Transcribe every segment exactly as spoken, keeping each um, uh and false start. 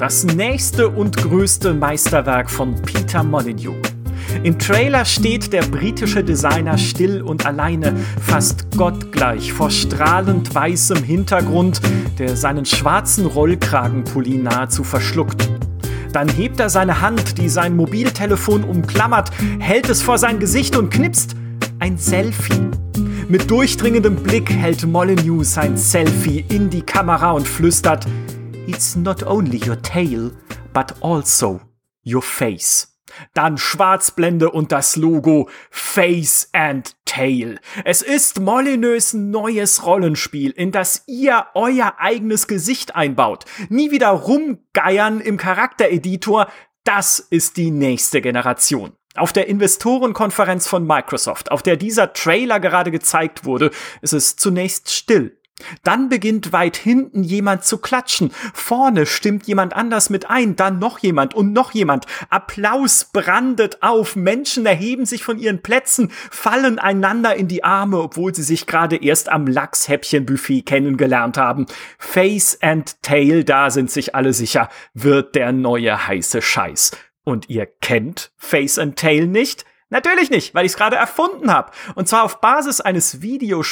das nächste und größte Meisterwerk von Peter Molyneux. Im Trailer steht der britische Designer still und alleine, fast gottgleich, vor strahlend weißem Hintergrund, der seinen schwarzen Rollkragenpulli nahezu verschluckt. Dann hebt er seine Hand, die sein Mobiltelefon umklammert, hält es vor sein Gesicht und knipst. Ein Selfie. Mit durchdringendem Blick hält Molyneux sein Selfie in die Kamera und flüstert: "It's not only your tail, but also your face." Dann Schwarzblende und das Logo Face and Tail. Es ist Molyneux neues Rollenspiel, in das ihr euer eigenes Gesicht einbaut. Nie wieder rumgeiern im Charaktereditor. Das ist die nächste Generation. Auf der Investorenkonferenz von Microsoft, auf der dieser Trailer gerade gezeigt wurde, ist es zunächst still. Dann beginnt weit hinten jemand zu klatschen. Vorne stimmt jemand anders mit ein, dann noch jemand und noch jemand. Applaus brandet auf. Menschen erheben sich von ihren Plätzen, fallen einander in die Arme, obwohl sie sich gerade erst am Lachshäppchenbuffet kennengelernt haben. Face and Tail, da sind sich alle sicher, wird der neue heiße Scheiß. Und ihr kennt Face and Tail nicht? Natürlich nicht, weil ich es gerade erfunden habe. Und zwar auf Basis eines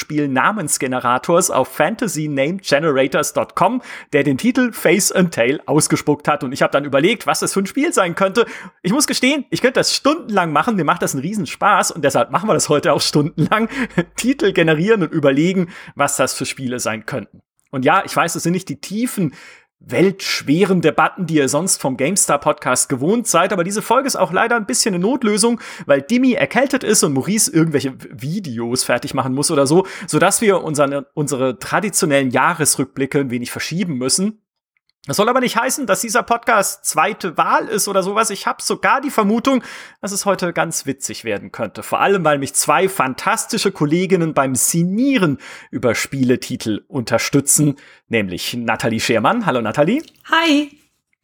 Videospiel-Namensgenerators auf fantasy name generators dot com, der den Titel Face and Tail ausgespuckt hat. Und ich habe dann überlegt, was das für ein Spiel sein könnte. Ich muss gestehen, ich könnte das stundenlang machen. Mir macht das einen Riesenspaß. Und deshalb machen wir das heute auch stundenlang. Titel generieren und überlegen, was das für Spiele sein könnten. Und ja, ich weiß, es sind nicht die tiefen, weltschweren Debatten, die ihr sonst vom GameStar-Podcast gewohnt seid, aber diese Folge ist auch leider ein bisschen eine Notlösung, weil Dimi erkältet ist und Maurice irgendwelche Videos fertig machen muss oder so, sodass wir unsere, unsere traditionellen Jahresrückblicke ein wenig verschieben müssen. Das soll aber nicht heißen, dass dieser Podcast zweite Wahl ist oder sowas. Ich habe sogar die Vermutung, dass es heute ganz witzig werden könnte. Vor allem, weil mich zwei fantastische Kolleginnen beim Signieren über Spieletitel unterstützen, nämlich Nathalie Schermann. Hallo Nathalie. Hi.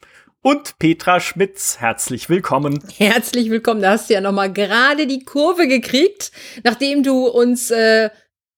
Und Petra Schmitz. Herzlich willkommen. Herzlich willkommen. Da hast du ja noch mal gerade die Kurve gekriegt, nachdem du uns äh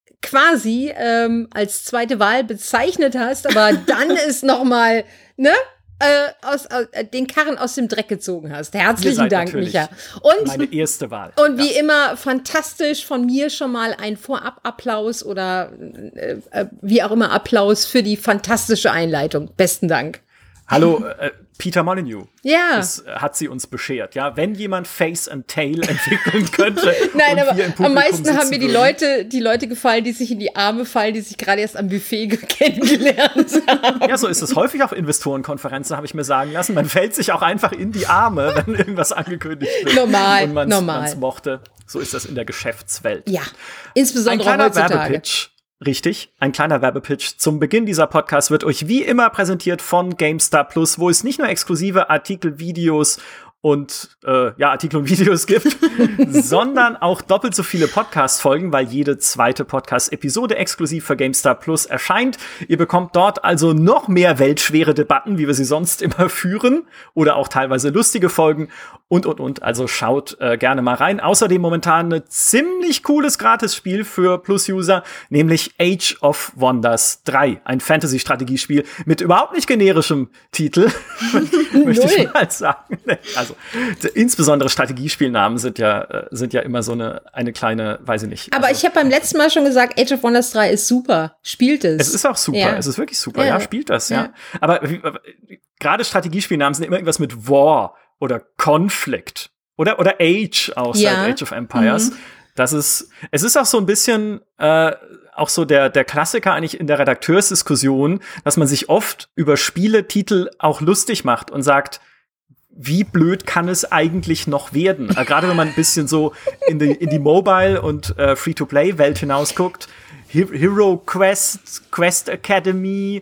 quasi ähm, als zweite Wahl bezeichnet hast, aber dann ist noch mal, ne, äh, aus, aus, den Karren aus dem Dreck gezogen hast. Herzlichen Dank, Micha. Und meine erste Wahl. Und wie ja. immer fantastisch von mir schon mal ein Vorab-Applaus oder äh, äh, wie auch immer Applaus für die fantastische Einleitung. Besten Dank. Hallo, äh, Peter Molyneux. Ja. Das hat sie uns beschert. Ja, wenn jemand Face and Tail entwickeln könnte. Nein, aber am meisten haben mir die Leute, die Leute gefallen, die sich in die Arme fallen, die sich gerade erst am Buffet kennengelernt haben. Ja, so ist es häufig auf Investorenkonferenzen, habe ich mir sagen lassen. Man fällt sich auch einfach in die Arme, wenn irgendwas angekündigt wird. Normal, und man's, normal. man's mochte. So ist das in der Geschäftswelt. Ja, insbesondere Ein kleiner heutzutage. Werbepitch. Richtig, ein kleiner Werbepitch. Zum Beginn dieser Podcast wird euch wie immer präsentiert von GameStar Plus, wo es nicht nur exklusive Artikel, Videos und äh, ja, Artikel und Videos gibt, sondern auch doppelt so viele Podcast-Folgen, weil jede zweite Podcast-Episode exklusiv für GameStar Plus erscheint. Ihr bekommt dort also noch mehr weltschwere Debatten, wie wir sie sonst immer führen, oder auch teilweise lustige Folgen und, und, und. Also schaut äh, gerne mal rein. Außerdem momentan ein ziemlich cooles Gratisspiel für Plus-User, nämlich Age of Wonders drei, ein Fantasy-Strategiespiel mit überhaupt nicht generischem Titel, möchte ich mal sagen. Also, insbesondere Strategiespielnamen sind ja, sind ja immer so eine, eine kleine, weiß ich nicht. Aber also, ich habe beim letzten Mal schon gesagt, Age of Wonders drei ist super. Spielt es. Es ist auch super. Ja. Es ist wirklich super. Ja, ja spielt das, ja. ja. Aber gerade Strategiespielnamen sind immer irgendwas mit War oder Conflict oder, oder Age auch, ja. seit Age of Empires. Mhm. Das ist, es ist auch so ein bisschen, äh, auch so der, der Klassiker eigentlich in der Redakteursdiskussion, dass man sich oft über Spieletitel auch lustig macht und sagt, wie blöd kann es eigentlich noch werden? Äh, Gerade wenn man ein bisschen so in die, in die Mobile- und äh, Free-to-Play-Welt hinausguckt. Hero Quest, Quest Academy,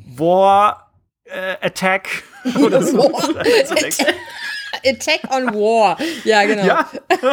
War äh, Attack oder so. War Attack. Attack on War. Ja, genau. Ja,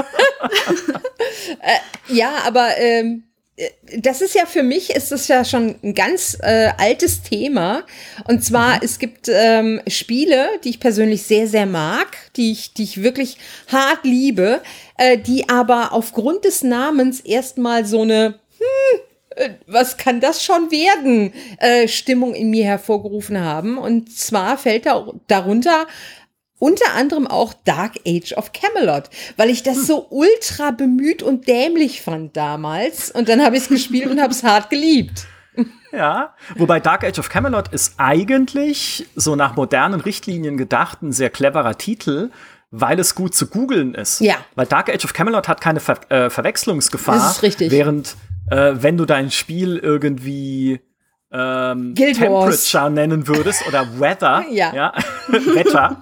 äh, ja aber ähm das ist ja für mich, ist das ja schon ein ganz äh, altes Thema. Und zwar, mhm. es gibt ähm, Spiele, die ich persönlich sehr, sehr mag, die ich, die ich wirklich hart liebe, äh, die aber aufgrund des Namens erstmal so eine, hm, was kann das schon werden, äh, Stimmung in mir hervorgerufen haben. Und zwar fällt da darunter unter anderem auch Dark Age of Camelot, weil ich das hm. so ultra bemüht und dämlich fand damals. Und dann habe ich es gespielt und habe es hart geliebt. Ja, wobei Dark Age of Camelot ist eigentlich so nach modernen Richtlinien gedacht ein sehr cleverer Titel, weil es gut zu googeln ist. Ja. Weil Dark Age of Camelot hat keine Ver- äh, Verwechslungsgefahr. Das ist richtig. Während, äh, wenn du dein Spiel irgendwie ähm, Temperature Wars. nennen würdest oder Weather, ja. ja Wetter,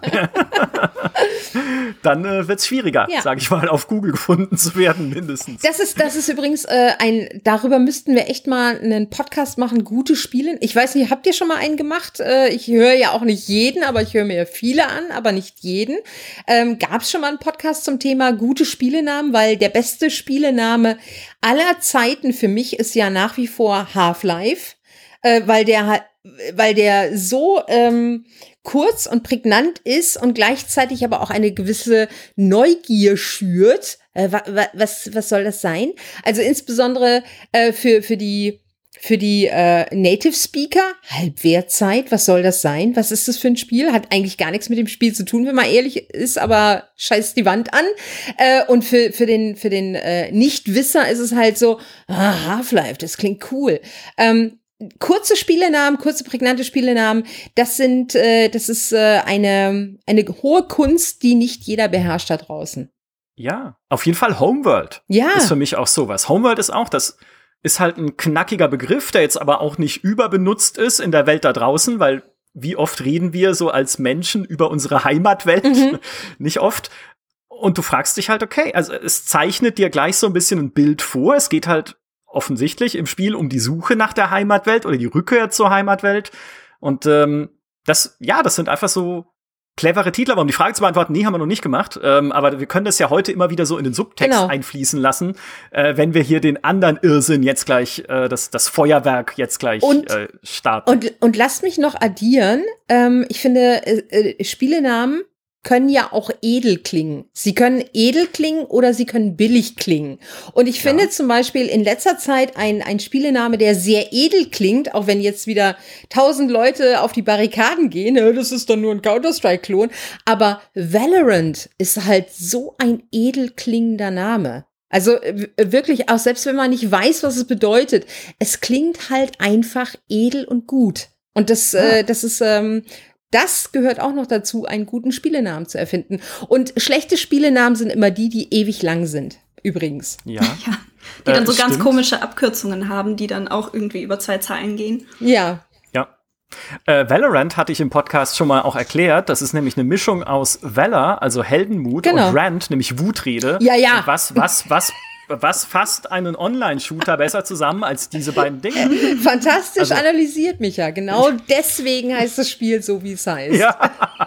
dann äh, wird's schwieriger, ja. sage ich mal, auf Google gefunden zu werden, mindestens. Das ist, das ist übrigens äh, ein, darüber müssten wir echt mal einen Podcast machen, gute Spiele. Ich weiß nicht, habt ihr schon mal einen gemacht? Äh, ich höre ja auch nicht jeden, aber ich höre mir viele an, aber nicht jeden. Ähm, Gab es schon mal einen Podcast zum Thema gute Spielenamen? Weil der beste Spielename aller Zeiten für mich ist ja nach wie vor Half-Life. Äh, weil der weil der so ähm, kurz und prägnant ist und gleichzeitig aber auch eine gewisse Neugier schürt. Äh, wa, wa, was was soll das sein? Also insbesondere äh, für für die für die äh, Native Speaker Halbwertzeit. Was soll das sein? Was ist das für ein Spiel? Hat eigentlich gar nichts mit dem Spiel zu tun, wenn man ehrlich ist, aber scheißt die Wand an. Äh, und für für den für den äh, Nichtwisser ist es halt so ah, Half-Life. Das klingt cool. Ähm, Kurze Spielenamen, kurze prägnante Spielenamen, das sind, äh, das ist äh, eine eine hohe Kunst, die nicht jeder beherrscht da draußen. Ja, auf jeden Fall Homeworld. Ja. Ist für mich auch sowas. Homeworld ist auch, das ist halt ein knackiger Begriff, der jetzt aber auch nicht überbenutzt ist in der Welt da draußen, weil wie oft reden wir so als Menschen über unsere Heimatwelt? Mhm. Nicht oft. Und du fragst dich halt, okay, also es zeichnet dir gleich so ein bisschen ein Bild vor. Es geht halt offensichtlich im Spiel um die Suche nach der Heimatwelt oder die Rückkehr zur Heimatwelt. Und ähm, das, ja, das sind einfach so clevere Titel. Aber um die Frage zu beantworten, nee, haben wir noch nicht gemacht. Ähm, aber wir können das ja heute immer wieder so in den Subtext genau. einfließen lassen, äh, wenn wir hier den anderen Irrsinn jetzt gleich, äh, das, das Feuerwerk jetzt gleich und, äh, starten. Und, und lasst mich noch addieren. Ähm, ich finde, äh, äh, Spielenamen können ja auch edel klingen. Sie können edel klingen oder sie können billig klingen. Und ich finde ja. zum Beispiel in letzter Zeit ein, ein Spielename, der sehr edel klingt, auch wenn jetzt wieder tausend Leute auf die Barrikaden gehen, das ist doch nur ein Counter-Strike-Klon. Aber Valorant ist halt so ein edel klingender Name. Also wirklich, auch selbst wenn man nicht weiß, was es bedeutet, es klingt halt einfach edel und gut. Und das, ja. äh, das ist, ähm, das gehört auch noch dazu, einen guten Spielenamen zu erfinden. Und schlechte Spielenamen sind immer die, die ewig lang sind. Übrigens. Ja. ja. Die dann äh, so ganz stimmt. komische Abkürzungen haben, die dann auch irgendwie über zwei Zeilen gehen. Ja. Ja. Äh, Valorant hatte ich im Podcast schon mal auch erklärt. Das ist nämlich eine Mischung aus Valor, also Heldenmut, genau. und Rant, nämlich Wutrede. Ja, ja. Und was, was, was Was fasst einen Online-Shooter besser zusammen als diese beiden Dinge? Fantastisch also, analysiert, Micha. Genau deswegen heißt das Spiel so, wie es heißt. Ja,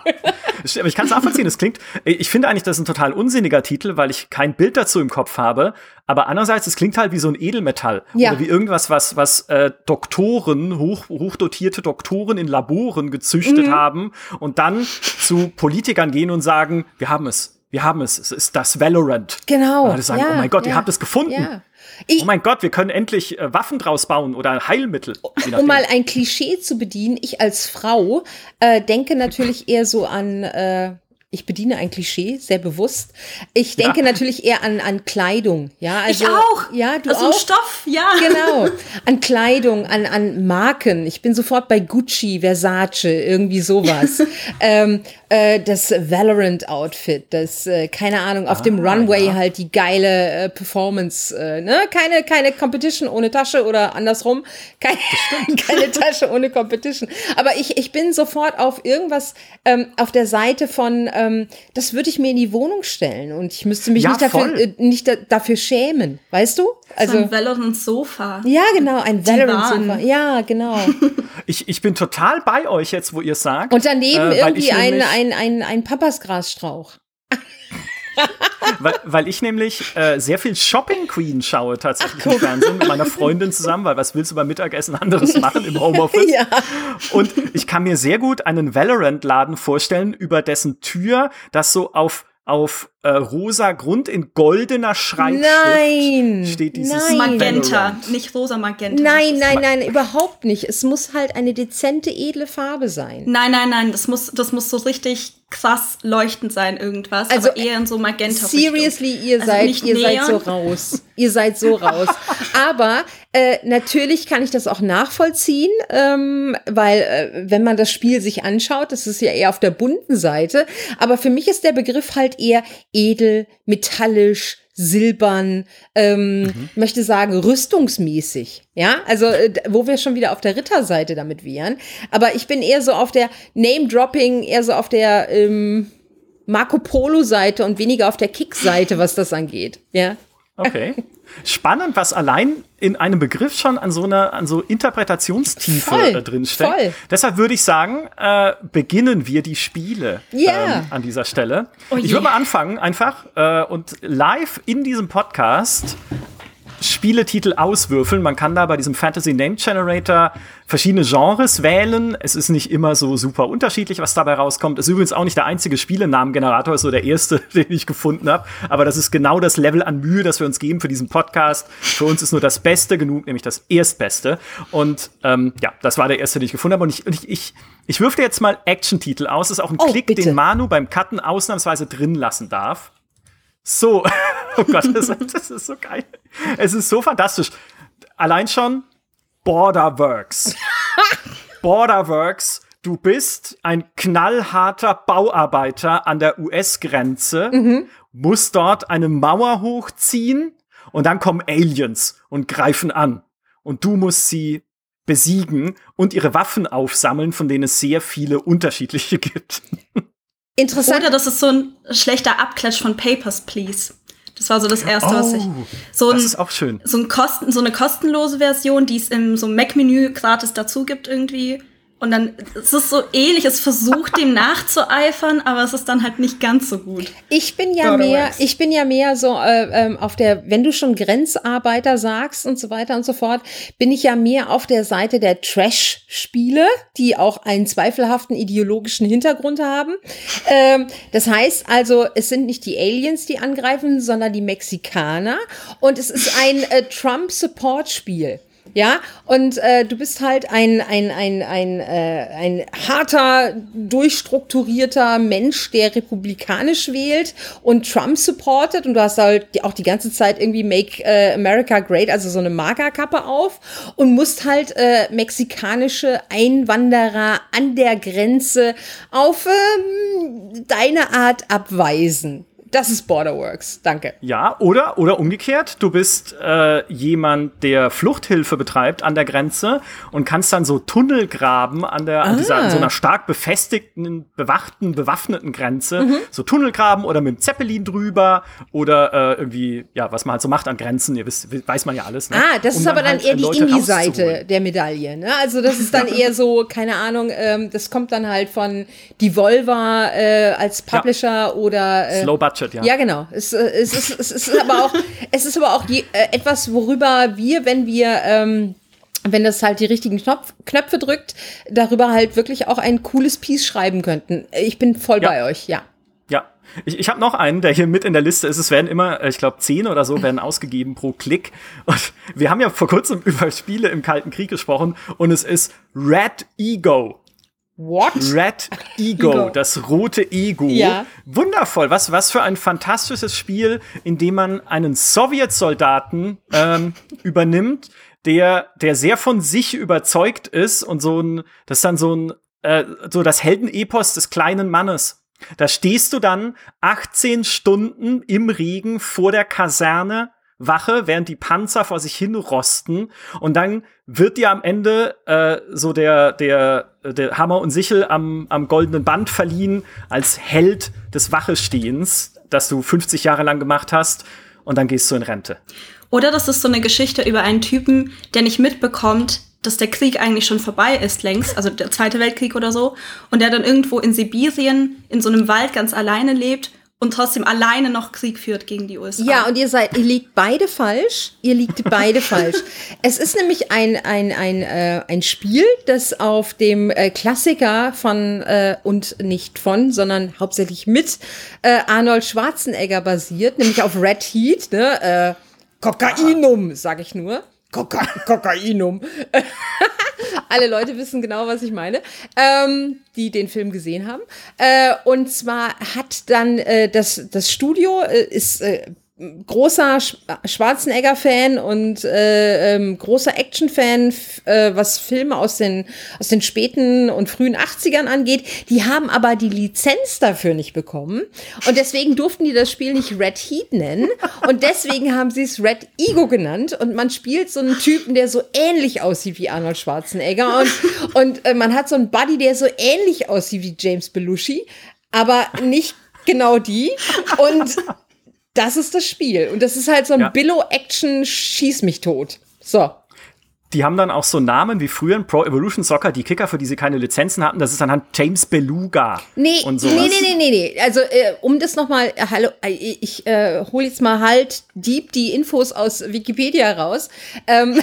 aber ich kann es nachvollziehen. Es klingt, ich finde eigentlich, das ist ein total unsinniger Titel, weil ich kein Bild dazu im Kopf habe. Aber andererseits, es klingt halt wie so ein Edelmetall. Ja. Oder wie irgendwas, was, was äh, Doktoren, hoch, hochdotierte Doktoren in Laboren gezüchtet mhm. haben und dann zu Politikern gehen und sagen, wir haben es. Wir haben es. Es ist das Valorant. Genau. Und alle sagen, ja, oh mein Gott, ja, ihr habt es gefunden. Ja. Ich, oh mein Gott, wir können endlich äh, Waffen draus bauen oder Heilmittel. Um mal ein Klischee zu bedienen, ich als Frau äh, denke natürlich eher so an, äh, ich bediene ein Klischee, sehr bewusst. Ich denke ja. natürlich eher an, an Kleidung. Ja, also, ich auch. Ja, du also auch. Stoff, ja. Genau. An Kleidung, an, an Marken. Ich bin sofort bei Gucci, Versace, irgendwie sowas. ähm, äh, das Valorant-Outfit, das, äh, keine Ahnung, auf ah, dem Runway ja. halt die geile äh, Performance, äh, ne? Keine, keine Competition ohne Tasche oder andersrum. Keine, keine Tasche ohne Competition. Aber ich, ich bin sofort auf irgendwas, ähm, auf der Seite von, ähm, das würde ich mir in die Wohnung stellen und ich müsste mich ja, nicht dafür, äh, nicht da, dafür schämen. Weißt du? Also, so ein Valorant-Sofa. Ja, genau, ein Valorant-Sofa. Ja, genau. Ich, ich bin total bei euch jetzt, wo ihr sagt. Und daneben äh, irgendwie ein, ein, ein, ein Pampasgrasstrauch. weil, weil ich nämlich äh, sehr viel Shopping Queen schaue tatsächlich Ach, im Fernsehen mit meiner Freundin zusammen, weil was willst du beim Mittagessen anderes machen im Homeoffice? Ja. Und ich kann mir sehr gut einen Valorant-Laden vorstellen, über dessen Tür das so auf auf äh, rosa Grund in goldener Schreibschrift Nein, steht dieses nein. Magenta, Valorant. nicht rosa Magenta. Nein, Das ist- nein, nein, überhaupt nicht. Es muss halt eine dezente, edle Farbe sein. Nein, nein, nein, das muss, das muss so richtig krass leuchtend sein, irgendwas. Also, aber eher in so Magenta. Seriously, ihr Also seid, nicht ihr seid so Neon. raus. Ihr seid so raus. Aber äh, natürlich kann ich das auch nachvollziehen, ähm, weil äh, wenn man das Spiel sich anschaut, das ist ja eher auf der bunten Seite. Aber für mich ist der Begriff halt eher edel, metallisch, silbern, ähm, Mhm. ich möchte sagen, rüstungsmäßig. Ja, also äh, wo wir schon wieder auf der Ritterseite damit wären. Aber ich bin eher so auf der Name-Dropping, eher so auf der ähm, Marco Polo-Seite und weniger auf der Kick-Seite, was das angeht. Ja. Okay. Spannend, was allein in einem Begriff schon an so einer an so Interpretationstiefe Voll, äh, drinsteckt. voll. Deshalb würde ich sagen, äh, beginnen wir die Spiele Ja. ähm, an dieser Stelle. Oh ich je. würde mal anfangen einfach äh, und live in diesem Podcast Spieletitel auswürfeln. Man kann da bei diesem Fantasy Name Generator verschiedene Genres wählen. Es ist nicht immer so super unterschiedlich, was dabei rauskommt. Es ist übrigens auch nicht der einzige Spielenamengenerator, ist so der erste, den ich gefunden habe. Aber das ist genau das Level an Mühe, das wir uns geben für diesen Podcast. Für uns ist nur das Beste genug, nämlich das Erstbeste. Und ähm, ja, das war der erste, den ich gefunden habe. Und ich, und ich, ich, ich würfte jetzt mal Action-Titel aus. Das ist auch ein Oh, Klick, bitte. den Manu beim Cutten ausnahmsweise drin lassen darf. So, oh Gott, das, das ist so geil. Es ist so fantastisch. Allein schon Borderworks. Borderworks, du bist ein knallharter Bauarbeiter an der U S-Grenze, Mhm. musst dort eine Mauer hochziehen und dann kommen Aliens und greifen an. Und du musst sie besiegen und ihre Waffen aufsammeln, von denen es sehr viele unterschiedliche gibt. Interessant. Oder das ist so ein schlechter Abklatsch von Papers, Please. Das war so das Erste, was ich. Oh, So, das ein, ist auch schön. so, ein Kosten, so eine kostenlose Version, die es im so Mac-Menü gratis dazu gibt irgendwie. Und dann, es ist so ähnlich, es versucht dem nachzueifern, aber es ist dann halt nicht ganz so gut. Ich bin ja Borderworks. mehr, ich bin ja mehr so äh, ähm, auf der, wenn du schon Grenzarbeiter sagst und so weiter und so fort, bin ich ja mehr auf der Seite der Trash-Spiele, die auch einen zweifelhaften ideologischen Hintergrund haben. Ähm, das heißt also, es sind nicht die Aliens, die angreifen, sondern die Mexikaner. Und es ist ein äh, Trump-Support-Spiel. Ja, und äh, du bist halt ein, ein, ein, ein, äh, ein harter, durchstrukturierter Mensch, der republikanisch wählt und Trump supportet. Und du hast halt die, auch die ganze Zeit irgendwie Make äh, America Great, also so eine Markerkappe auf und musst halt äh, mexikanische Einwanderer an der Grenze auf ähm, deine Art abweisen. Das ist Borderworks. Danke. Ja, oder, oder umgekehrt, du bist äh, jemand, der Fluchthilfe betreibt an der Grenze und kannst dann so Tunnel graben an der, an dieser, an so einer stark befestigten, bewachten, bewaffneten Grenze. Mhm. So Tunnel graben oder mit dem Zeppelin drüber oder äh, irgendwie, ja, was man halt so macht an Grenzen, ihr wisst, weiß man ja alles. Ne? Ah, das Um ist aber dann halt, eher äh, die Leute Indie-Seite rauszuholen. der Medaille. Ne? Also das ist dann eher so, keine Ahnung, ähm, das kommt dann halt von Devolver äh, als Publisher oder äh, Slow Budget, ja. Ja, genau. Es, äh, es, ist, es ist aber auch, es ist aber auch die, äh, etwas, worüber wir, wenn wir ähm, wenn das halt die richtigen Knopf, Knöpfe drückt, darüber halt wirklich auch ein cooles Piece schreiben könnten. Ich bin voll Ja. bei euch, ja. Ja, ich, ich habe noch einen, der hier mit in der Liste ist. Es werden immer, ich glaube, zehn oder so werden ausgegeben pro Klick. Und wir haben ja vor kurzem über Spiele im Kalten Krieg gesprochen und es ist Red Ego. What? Red Ego, Ego. das rote Ego. Ja. Wundervoll. Was, was für ein fantastisches Spiel, in dem man einen Sowjetsoldaten ähm, übernimmt, der, der sehr von sich überzeugt ist und so ein, das ist dann so ein, äh, so das Heldenepos des kleinen Mannes. Da stehst du dann achtzehn Stunden im Regen vor der Kaserne, Wache, während die Panzer vor sich hin rosten. Und dann wird dir am Ende äh, so der, der, der Hammer und Sichel am, am goldenen Band verliehen als Held des Wachestehens, das du fünfzig Jahre lang gemacht hast. Und dann gehst du in Rente. Oder das ist so eine Geschichte über einen Typen, der nicht mitbekommt, dass der Krieg eigentlich schon vorbei ist längst, also der Zweite Weltkrieg oder so, und der dann irgendwo in Sibirien in so einem Wald ganz alleine lebt und trotzdem alleine noch Krieg führt gegen die U S A. Ja, und ihr seid, ihr liegt beide falsch. Ihr liegt beide falsch. Es ist nämlich ein ein ein äh, ein Spiel, das auf dem äh, Klassiker von äh, und nicht von, sondern hauptsächlich mit äh, Arnold Schwarzenegger basiert, nämlich auf Red Heat, ne? Äh, Kokainum, sag ich nur. Koka Kokainum. Alle Leute wissen genau, was ich meine, ähm, die den Film gesehen haben. Äh, und zwar hat dann äh, das, das Studio äh, ist äh, großer Sch- Schwarzenegger-Fan und äh, ähm, großer Action-Fan, f- äh, was Filme aus den, aus den späten und frühen achtzigern angeht. Die haben aber die Lizenz dafür nicht bekommen. Und deswegen durften die das Spiel nicht Red Heat nennen. Und deswegen haben sie es Red Ego genannt. Und man spielt so einen Typen, der so ähnlich aussieht wie Arnold Schwarzenegger. Und, und äh, man hat so einen Buddy, der so ähnlich aussieht wie James Belushi, aber nicht genau die. Und das ist das Spiel. Und das ist halt so ein Ja. Billo-Action-Schieß-mich-tot. So. Die haben dann auch so Namen wie früher in Pro Evolution Soccer, die Kicker, für die sie keine Lizenzen hatten. Das ist dann halt James Beluga. Nee, und nee, sowas. nee, nee, nee, nee. Also, äh, um das nochmal, äh, hallo, äh, ich äh, hole jetzt mal halt deep die Infos aus Wikipedia raus. Ähm,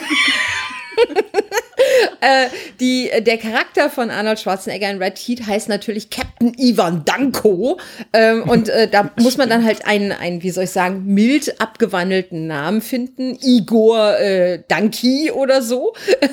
äh, die, der Charakter von Arnold Schwarzenegger in Red Heat heißt natürlich Captain Ivan Danko. Ähm, und äh, da muss man dann halt einen, einen, wie soll ich sagen, mild abgewandelten Namen finden. Igor äh, Danki oder so.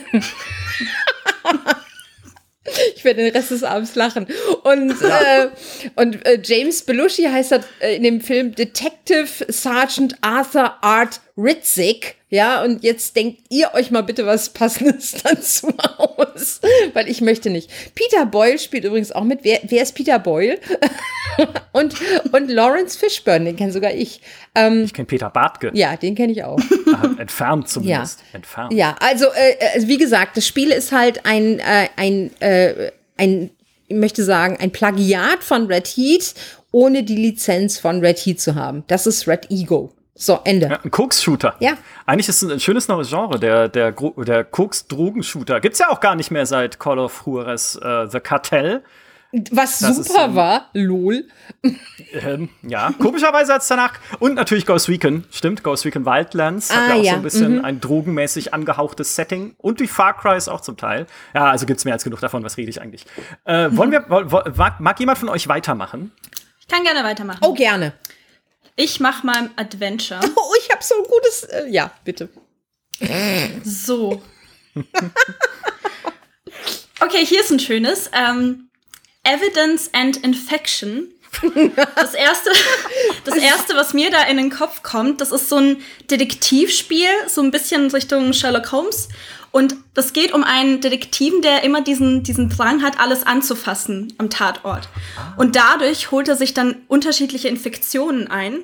Ich werde den Rest des Abends lachen. Und, äh, und äh, James Belushi heißt halt, äh, in dem Film Detective Sergeant Arthur Art Ritzik. Ja, und jetzt denkt ihr euch mal bitte was Passendes dazu aus, weil ich möchte nicht. Peter Boyle spielt übrigens auch mit. Wer, wer ist Peter Boyle? und, und Lawrence Fishburne, den kenne sogar ich. Ähm, Ich kenne Peter Bartke. ja, den kenne ich auch. Ah, entfernt zumindest. Ja. Entfernt. Ja, also äh, also wie gesagt, das Spiel ist halt ein, äh, ein, äh, ein, ich möchte sagen, ein Plagiat von Red Heat, ohne die Lizenz von Red Heat zu haben. Das ist Red Ego. So, Ende. Ja, ein Koks-Shooter. Ja. Eigentlich ist es ein schönes neues Genre, der, der, Gro- der Koks-Drogen-Shooter. Gibt's ja auch gar nicht mehr seit Call of Juarez äh, The Cartel. Was Das ist, super ähm, war, lol. Ähm, ja, komischerweise hat's danach. Und natürlich Ghost Recon, stimmt, Ghost Recon Wildlands hat Ah, ja auch ja, so ein bisschen mhm. ein drogenmäßig angehauchtes Setting. Und die Far Crys auch zum Teil. Ja, also gibt's mehr als genug davon, was rede ich eigentlich. Äh, wollen wir, wo, wo, mag, mag jemand von euch weitermachen? Ich kann gerne weitermachen. Oh, gerne. Ich mach mal ein Adventure. Oh, ich habe so ein gutes, äh, ja, bitte. So. Okay, hier ist ein schönes. Ähm, Evidence and Infection. Das erste, das erste, was mir da in den Kopf kommt, das ist so ein Detektivspiel, so ein bisschen Richtung Sherlock Holmes. Und das geht um einen Detektiven, der immer diesen, diesen Drang hat, alles anzufassen am Tatort. Und dadurch holt er sich dann unterschiedliche Infektionen ein.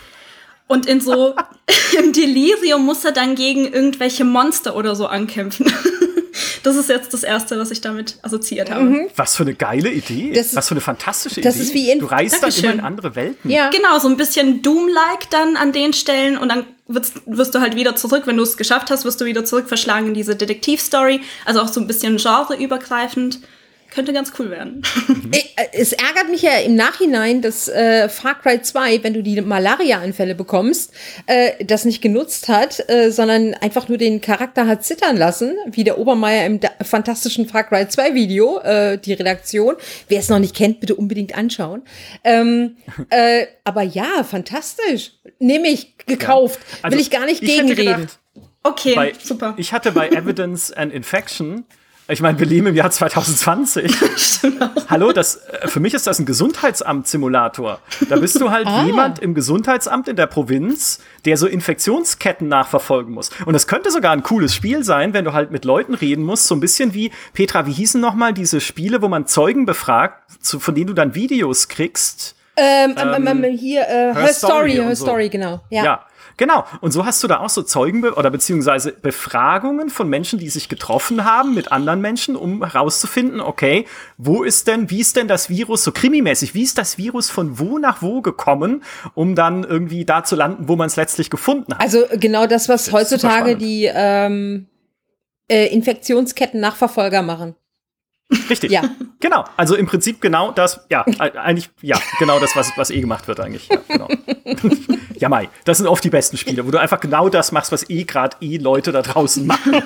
Und in so, im Delirium muss er dann gegen irgendwelche Monster oder so ankämpfen. Das ist jetzt das Erste, was ich damit assoziiert habe. Mhm. Was für eine geile Idee. Das ist- was für eine fantastische das Idee. ist wie in- du reist dann Dankeschön. immer in andere Welten. Ja. Genau, so ein bisschen Doom-like dann an den Stellen und dann wirst, wirst du halt wieder zurück, wenn du es geschafft hast, wirst du wieder zurück verschlagen in diese Detektiv-Story. Also auch so ein bisschen genreübergreifend. Könnte ganz cool werden. Ich, äh, es ärgert mich ja im Nachhinein, dass äh, Far Cry zwei, wenn du die Malaria-Anfälle bekommst, äh, das nicht genutzt hat, äh, sondern einfach nur den Charakter hat zittern lassen, wie der Obermeier im da- fantastischen Far Cry zwei Video, äh, die Redaktion. Wer es noch nicht kennt, bitte unbedingt anschauen. Ähm, äh, aber ja, fantastisch. Nehme ich, gekauft. Also, Will ich gar nicht ich hätte gegenreden. gedacht, Okay, Bei, super. Ich hatte bei Evidence and Infection, ich meine, wir leben im Jahr zwanzig zwanzig. Hallo, das, äh, für mich ist das ein Gesundheitsamt-Simulator. Da bist du halt Ah. jemand im Gesundheitsamt in der Provinz, der so Infektionsketten nachverfolgen muss. Und es könnte sogar ein cooles Spiel sein, wenn du halt mit Leuten reden musst, so ein bisschen wie, Petra, wie hießen noch mal diese Spiele, wo man Zeugen befragt, zu, von denen du dann Videos kriegst? Ähm, ähm, ähm, hier, äh, Her, Her Story, Story und Her so. Story, genau. Ja. Ja, genau. Und so hast du da auch so Zeugen oder beziehungsweise Befragungen von Menschen, die sich getroffen haben mit anderen Menschen, um herauszufinden, okay, wo ist denn, wie ist denn das Virus so krimimäßig, wie ist das Virus von wo nach wo gekommen, um dann irgendwie da zu landen, wo man es letztlich gefunden hat. Also genau das, was Das ist super heutzutage spannend. die ähm, äh, Infektionsketten-Nachverfolger machen. Richtig. Ja. Genau. Also im Prinzip genau das, ja, eigentlich, ja, genau das, was, was eh gemacht wird eigentlich. Ja, genau. Ja, Mai, das sind oft die besten Spiele, wo du einfach genau das machst, was eh gerade eh Leute da draußen machen.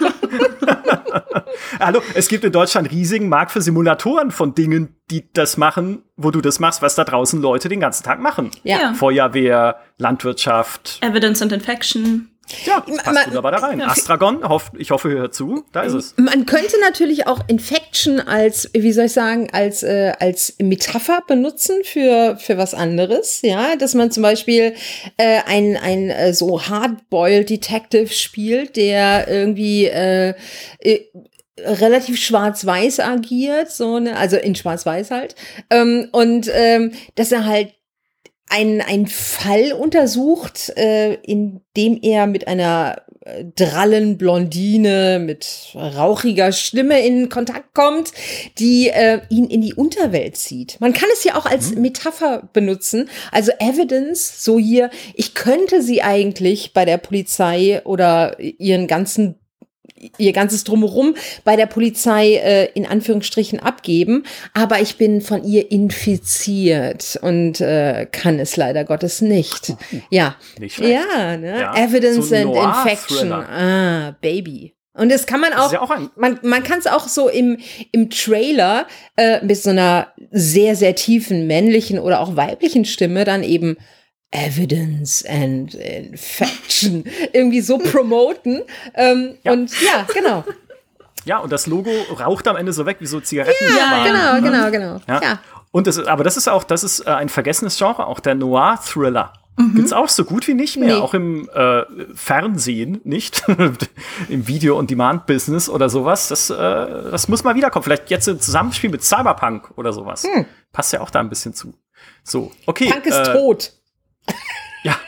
Hallo, es gibt in Deutschland einen riesigen Markt für Simulatoren von Dingen, die das machen, wo du das machst, was da draußen Leute den ganzen Tag machen. Ja. Ja. Feuerwehr, Landwirtschaft. Evidence and Infection. Ja, das passt Man- wunderbar da rein. Astragon, hoff, ich hoffe, ihr hört zu. Da ist es. Man könnte natürlich auch Infection als, wie soll ich sagen, als, äh, als Metapher benutzen für, für was anderes, ja, dass man zum Beispiel äh, ein, ein äh, so Hardboiled Detective spielt, der irgendwie äh, äh, relativ schwarz-weiß agiert, so, ne, also in schwarz-weiß halt, ähm, und ähm, dass er halt Ein, ein Fall untersucht, äh, in dem er mit einer äh, drallen Blondine mit rauchiger Stimme in Kontakt kommt, die äh, ihn in die Unterwelt zieht. Man kann es ja auch als Metapher benutzen, also Evidence, so hier, ich könnte sie eigentlich bei der Polizei oder ihren ganzen ihr ganzes Drumherum bei der Polizei äh, in Anführungsstrichen abgeben, aber ich bin von ihr infiziert und äh, kann es leider Gottes nicht. Ja, Nicht schlecht. ja, ne? Ja, Evidence so ein and Infection. Noir-Thriller. Ah, Baby. Und das kann man Das auch, ist ja auch ein- man, man kann es auch so im, im Trailer äh, mit so einer sehr, sehr tiefen männlichen oder auch weiblichen Stimme dann eben Evidence and Infection irgendwie so promoten. Ähm, Ja. Und ja, genau. Ja, und das Logo raucht am Ende so weg wie so Zigaretten. Ja, Genau, genau, genau. Ja. Ja. Und das, aber das ist auch, das ist äh, ein vergessenes Genre, auch der Noir-Thriller. Gibt's auch so gut wie nicht mehr, Nee. auch im äh, Fernsehen nicht, im Video- und Demand-Business oder sowas. Das, äh, das muss mal wiederkommen. Vielleicht jetzt im Zusammenspiel mit Cyberpunk oder sowas. Hm. Passt ja auch da ein bisschen zu. So, okay. Punk ist äh, tot. Ja.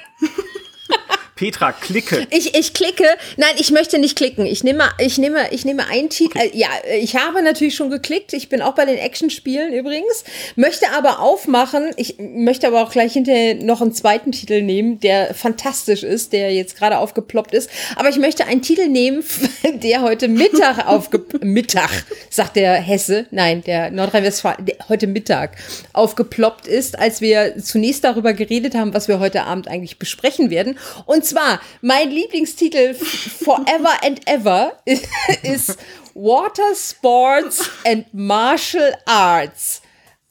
Petra, klicke. Ich, ich klicke, nein, ich möchte nicht klicken. Ich nehme, ich nehme, ich nehme einen Titel. Äh, ja, ich habe natürlich schon geklickt. Ich bin auch bei den Actionspielen übrigens. Möchte aber aufmachen. Ich möchte aber auch gleich hinterher noch einen zweiten Titel nehmen, der fantastisch ist, der jetzt gerade aufgeploppt ist. Aber ich möchte einen Titel nehmen, der heute Mittag aufge, Mittag, sagt der Hesse. Nein, der Nordrhein-Westfalen, der heute Mittag aufgeploppt ist, als wir zunächst darüber geredet haben, was wir heute Abend eigentlich besprechen werden. Und zwar, mein Lieblingstitel Forever and Ever ist Water Sports and Martial Arts.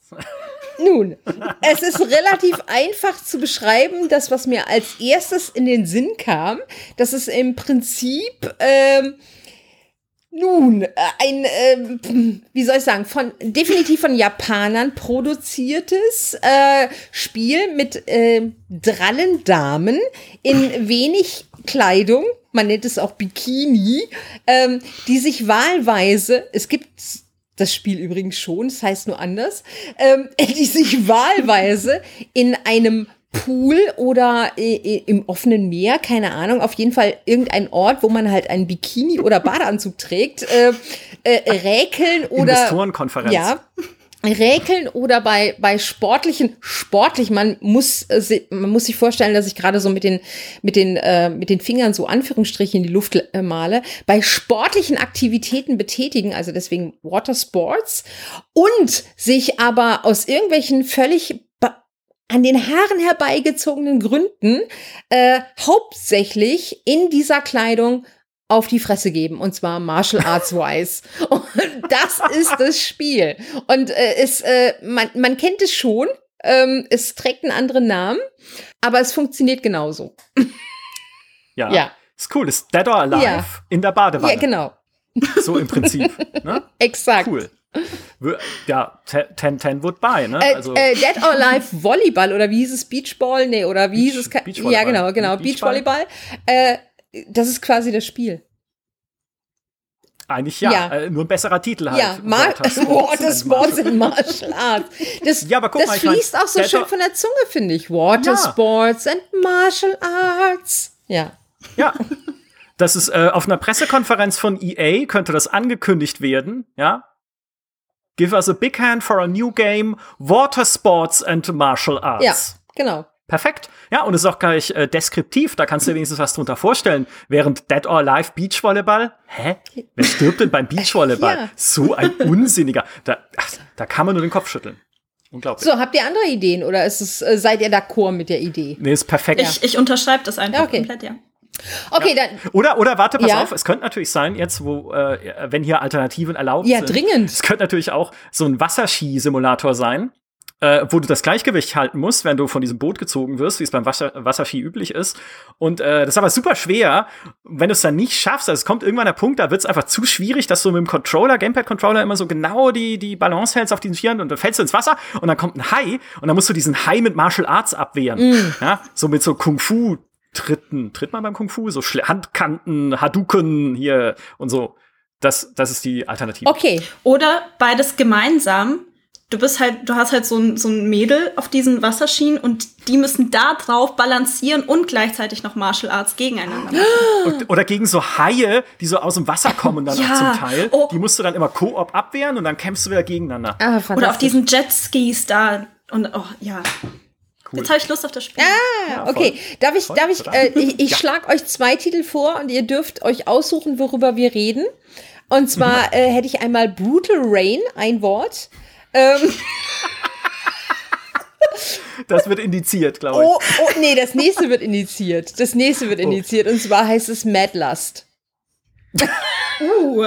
Nun, es ist relativ einfach zu beschreiben, das, was mir als erstes in den Sinn kam, dass es im Prinzip ähm, nun, äh, ein, äh, wie soll ich sagen, von definitiv von Japanern produziertes äh, Spiel mit äh, drallen Damen in wenig Kleidung, man nennt es auch Bikini, ähm, die sich wahlweise, es gibt das Spiel übrigens schon, das heißt nur anders, ähm, die sich wahlweise in einem Pool oder äh, im offenen Meer, keine Ahnung, auf jeden Fall irgendein Ort, wo man halt einen Bikini oder Badeanzug trägt, äh, äh, räkeln oder Investorenkonferenz. ja, räkeln oder bei bei sportlichen sportlich, man muss äh, se- man muss sich vorstellen, dass ich gerade so mit den mit den äh, mit den Fingern so Anführungsstriche in die Luft äh, male, bei sportlichen Aktivitäten betätigen, also deswegen Watersports, und sich aber aus irgendwelchen völlig ba- an den Haaren herbeigezogenen Gründen äh, hauptsächlich in dieser Kleidung auf die Fresse geben, und zwar Martial Arts wise. Und das ist das Spiel. Und äh, es, äh, man, man kennt es schon, ähm, es trägt einen anderen Namen, aber es funktioniert genauso. Ja. Ja. Ist cool. Ist Dead or Alive Ja. in der Badewanne. Ja, genau. So im Prinzip. Ne? Exakt. Cool. Wür- Ja, ten, ten would buy, ne? Äh, Also, äh, Dead or Alive Volleyball, oder wie hieß es? Beachball? Nee, oder wie Beach- hieß es? Ka- Beachvolleyball. Ja, genau, genau. Beachball? Beachvolleyball. Äh, das ist quasi das Spiel. eigentlich ja. ja. Äh, nur ein besserer Titel halt. Ja, Mar- Watersports and Martial Arts. Das, Ja, aber guck das mal, ich mein, fließt auch so Dead schön or- von der Zunge, finde ich. Watersports and Martial Arts. Ja. Ja. Das ist äh, auf einer Pressekonferenz von E A könnte das angekündigt werden, ja? Give us a big hand for a new game, Water Sports and Martial Arts. Ja, genau. Perfekt. Ja, und es ist auch gleich äh, deskriptiv. Da kannst du dir wenigstens was drunter vorstellen. Während Dead or Alive Beachvolleyball. Hä? Wer stirbt denn beim Beachvolleyball? Ja. So ein unsinniger. Da, ach, da kann man nur den Kopf schütteln. Unglaublich. So, habt ihr andere Ideen oder ist es, äh, seid ihr d'accord mit der Idee? Nee, ist perfekt. Ich, ich unterschreibe das einfach ja, okay. komplett, ja. Okay, ja. dann. Oder, oder warte, pass ja? auf, es könnte natürlich sein, jetzt, wo, äh, wenn hier Alternativen erlaubt ja, sind. Ja, dringend. Es könnte natürlich auch so ein Wasserski-Simulator sein. Äh, wo du das Gleichgewicht halten musst, wenn du von diesem Boot gezogen wirst, wie es beim Wasser Wasserski üblich ist. Und äh, das ist aber super schwer. Wenn du es dann nicht schaffst, also es kommt irgendwann der Punkt, da wird es einfach zu schwierig, dass du mit dem Controller, Gamepad-Controller immer so genau die, die Balance hältst auf diesen Vieren und dann fällst du ins Wasser und dann kommt ein Hai und dann musst du diesen Hai mit Martial Arts abwehren. Mm. Ja, so mit so Kung-Fu Tritten. Tritt man beim Kung-Fu? So Schle- Handkanten, Hadouken hier und so. Das, das ist die Alternative. Okay. Oder beides gemeinsam. Du bist halt, du hast halt so ein, so ein Mädel auf diesen Wasserschienen und die müssen da drauf balancieren und gleichzeitig noch Martial Arts gegeneinander machen. Oder gegen so Haie, die so aus dem Wasser kommen dann ja. auch zum Teil. Oh. Die musst du dann immer Koop abwehren und dann kämpfst du wieder gegeneinander. Ah, oder auf diesen Jetskis da. Und oh, ja. Cool. Jetzt habe ich Lust auf das Spiel. Ah, ja, okay. Darf ich, darf ich, äh, ich, ich ja. schlag euch zwei Titel vor und ihr dürft euch aussuchen, worüber wir reden. Und zwar äh, hätte ich einmal Brutal Rain, ein Wort. Ähm. Das wird indiziert, glaube ich. Oh, oh, nee, das nächste wird indiziert. Das nächste wird indiziert. Oh. Und zwar heißt es Mad Lust. Uh.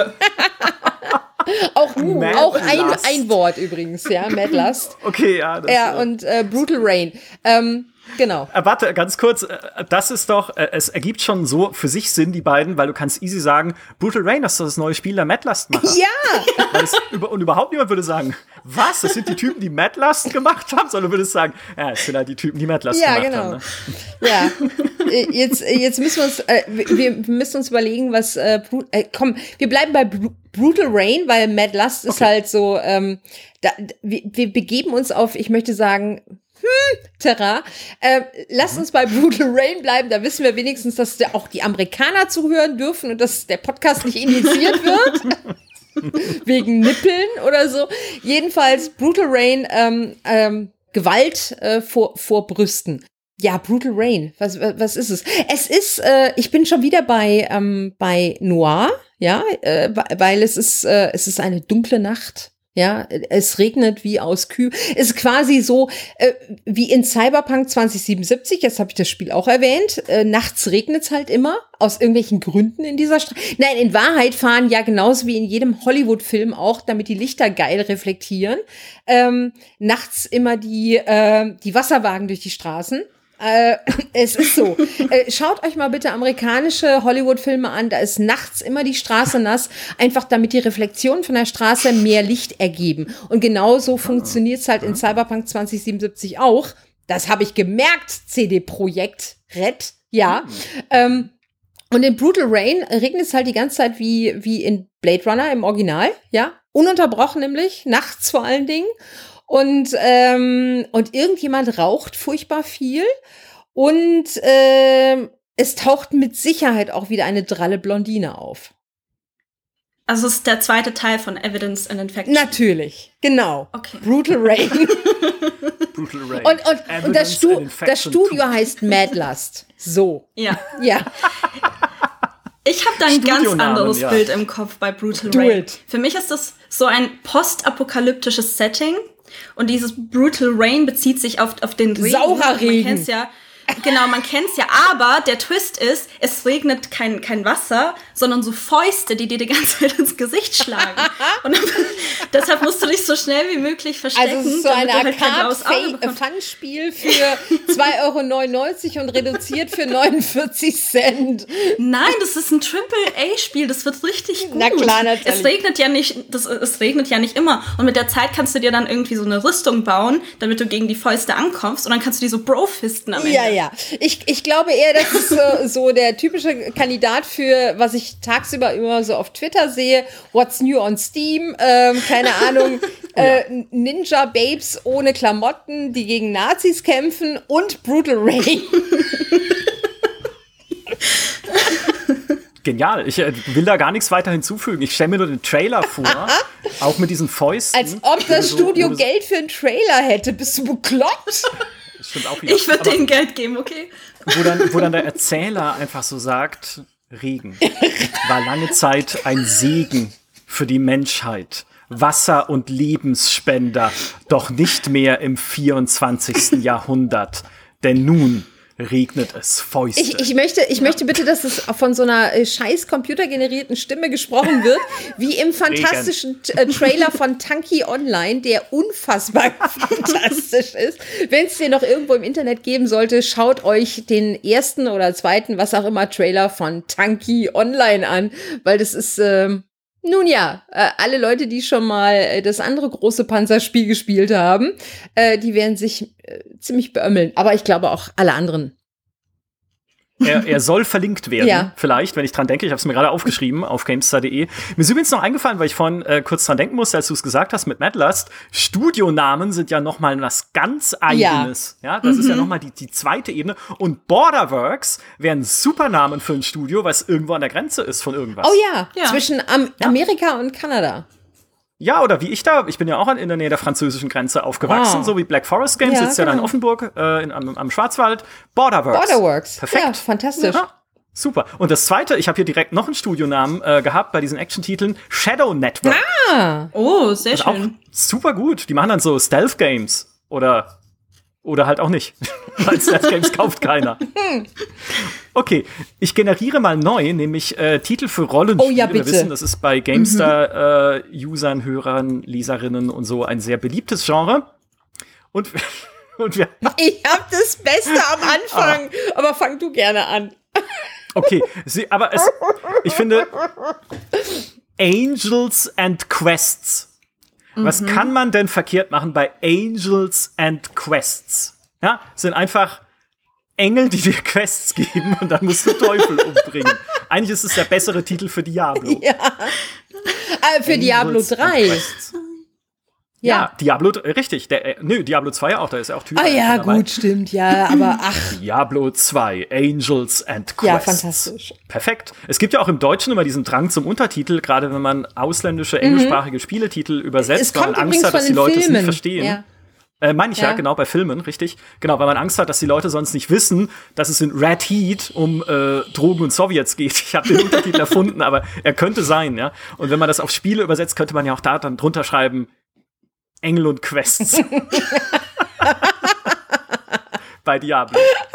auch uh, auch ein, ein Wort übrigens, ja, Mad Lust. Okay, ja. Das, ja, und äh, Brutal Rain. Ähm, genau. Äh, warte, ganz kurz. Äh, das ist doch, äh, es ergibt schon so für sich Sinn, die beiden, weil du kannst easy sagen, Brutal Rain, das ist das neue Spiel der Mad Lust macht. Ja! Weil es, und überhaupt niemand würde sagen, was, das sind die Typen, die Mad Lust gemacht haben, sondern du würdest sagen, ja, es sind halt die Typen, die Mad Lust ja, gemacht genau. haben. Ne? Ja, jetzt, jetzt müssen wir uns, äh, wir müssen uns überlegen, was, äh, äh, komm, wir bleiben bei Br- Brutal Rain, weil Mad Lust ist okay. halt so, ähm, da, wir, wir begeben uns auf, ich möchte sagen, hm, Terrain. Äh, lasst uns bei Brutal Rain bleiben, da wissen wir wenigstens, dass da auch die Amerikaner zuhören dürfen und dass der Podcast nicht initiiert wird. Wegen Nippeln oder so. Jedenfalls Brutal Rain, ähm, ähm, Gewalt äh, vor, vor Brüsten. Ja, Brutal Rain, was, was ist es? Es ist, äh, ich bin schon wieder bei, ähm, bei Noir, ja, äh, weil es ist, äh, es ist eine dunkle Nacht. Ja, es regnet wie aus Kühe. Es ist quasi so äh, wie in Cyberpunk zwanzig siebenundsiebzig, jetzt habe ich das Spiel auch erwähnt, äh, nachts regnet es halt immer, aus irgendwelchen Gründen in dieser Straße. Nein, in Wahrheit fahren ja genauso wie in jedem Hollywood-Film auch, damit die Lichter geil reflektieren, ähm, nachts immer die, äh, die Wasserwagen durch die Straßen. Äh, es ist so. Äh, schaut euch mal bitte amerikanische Hollywood-Filme an. Da ist nachts immer die Straße nass, einfach damit die Reflexionen von der Straße mehr Licht ergeben. Und genauso funktioniert es halt in Cyberpunk zwanzig siebenundsiebzig auch. Das habe ich gemerkt, C D Projekt Red. Ja. Ähm, und in Brutal Rain regnet es halt die ganze Zeit wie, wie in Blade Runner im Original. Ja. Ununterbrochen nämlich, nachts vor allen Dingen. Und, ähm, und irgendjemand raucht furchtbar viel und ähm, es taucht mit Sicherheit auch wieder eine dralle Blondine auf. Also es ist der zweite Teil von Evidence and Infection. Natürlich, genau. Okay. Brutal Rain. Brutal Rain. Und, und, und das, Stu- das Studio heißt Mad Lust. So. Ja. Ja. Ich habe da ein ganz anderes ja. Bild im Kopf bei Brutal Do Rain. it. Für mich ist das so ein postapokalyptisches Setting. Und dieses Brutal Rain bezieht sich auf, auf den Regen. Saurer Regen. Man kennt's ja. Genau, man kennt's ja. Aber der Twist ist, es regnet kein, kein Wasser, sondern so Fäuste, die dir die ganze Zeit ins Gesicht schlagen. Und dann, deshalb musst du dich so schnell wie möglich verstecken. Also es ist so ein damit du halt kein blaues Auge bekommst. Arcade-Fun-Spiel für zwei Euro neunundneunzig und reduziert für neunundvierzig Cent. Nein, das ist ein Triple-A-Spiel, das wird richtig gut. Na klar, natürlich. Es regnet ja nicht, das, es regnet ja nicht immer. Und mit der Zeit kannst du dir dann irgendwie so eine Rüstung bauen, damit du gegen die Fäuste ankommst. Und dann kannst du die so Bro-Fisten am Ende. Ja, ja. Ich, ich glaube eher, das ist so, so der typische Kandidat für, was ich tagsüber immer so auf Twitter sehe. What's new on Steam? Ähm, keine Ahnung. äh, Ninja-Babes ohne Klamotten, die gegen Nazis kämpfen und Brutal Rain. Genial. Ich äh, will da gar nichts weiter hinzufügen. Ich stelle mir nur den Trailer vor, auch mit diesen Fäusten. Als ob das so, Studio so, Geld für einen Trailer hätte. Bist du bekloppt? stimmt auch wieder. Ich würde denen Geld geben, okay? Wo dann, wo dann der Erzähler einfach so sagt, Regen war lange Zeit ein Segen für die Menschheit. Wasser- und Lebensspender, doch nicht mehr im vierundzwanzigsten Jahrhundert. Denn nun regnet es Fäuste. Ich, ich, möchte, ich möchte bitte, dass es von so einer äh, scheiß computergenerierten Stimme gesprochen wird, wie im fantastischen äh, Trailer von Tanky Online, der unfassbar fantastisch ist. Wenn es den noch irgendwo im Internet geben sollte, schaut euch den ersten oder zweiten, was auch immer, Trailer von Tanky Online an, weil das ist, ähm, nun ja, äh, alle Leute, die schon mal äh, das andere große Panzerspiel gespielt haben, äh, die werden sich äh, ziemlich beömmeln. Aber ich glaube auch alle anderen. Er, er soll verlinkt werden, Ja. vielleicht, wenn ich dran denke. Ich habe es mir gerade aufgeschrieben auf gamestar punkt de. Mir ist übrigens noch eingefallen, weil ich vorhin äh, kurz dran denken musste, als du es gesagt hast mit Madlust. Studionamen sind ja noch mal was ganz Eigenes. Ja, ja das mhm. ist ja noch mal die, die zweite Ebene. Und Borderworks wäre ein super Namen für ein Studio, was irgendwo an der Grenze ist von irgendwas. Oh ja, Ja. zwischen Am- Ja. Amerika und Kanada. Ja, oder wie ich da, ich bin ja auch in der Nähe der französischen Grenze aufgewachsen, Ah. so wie Black Forest Games, Ja, sitzt ja da in genau. Offenburg, äh, in, am, am Schwarzwald. Borderworks. Borderworks. Perfekt. Ja, fantastisch. Ja, super. Und das zweite, ich habe hier direkt noch einen Studionamen äh, gehabt bei diesen Action-Titeln, Shadow Network. Ah, Oh, sehr Das ist auch schön. super gut. Die machen dann so Stealth-Games oder oder halt auch nicht. Weil Stealth-Games kauft keiner. Okay, ich generiere mal neu, nämlich äh, Titel für Rollenspiele. Oh ja, bitte. Wir wissen, das ist bei GameStar-Usern, Hörern, Leserinnen und so ein sehr beliebtes Genre. Und, und wir ich hab das Beste am Anfang. Aber fang du gerne an. Okay, sie, aber es, ich finde, Angels and Quests. Was kann man denn verkehrt machen bei Angels and Quests? Ja, es sind einfach Engel, die dir Quests geben und dann musst du Teufel umbringen. Eigentlich ist es der bessere Titel für Diablo. Ja. Äh, für Angels Diablo and drei. Quests. Ja, Diablo, äh, richtig. Der, äh, nö, Diablo zwei auch, da ist ja auch Tyrann Ah ja, dabei. gut, stimmt, ja, aber ach, Diablo zwei, Angels and Quests. ja, fantastisch. Perfekt. Es gibt ja auch im Deutschen immer diesen Drang zum Untertitel, gerade wenn man ausländische, englischsprachige Spieletitel übersetzt, Es weil kommt man Angst übrigens hat, dass von die den Leute es nicht Filmen. verstehen. Ja. Äh, meine ich ja. Ja. genau, bei Filmen, richtig. Genau, weil man Angst hat, dass die Leute sonst nicht wissen, dass es in Red Heat um äh, Drogen und Sowjets geht. Ich habe den Untertitel erfunden, aber er könnte sein, ja. Und wenn man das auf Spiele übersetzt, könnte man ja auch da dann drunter schreiben, Engel und Quests. Bei Diablo.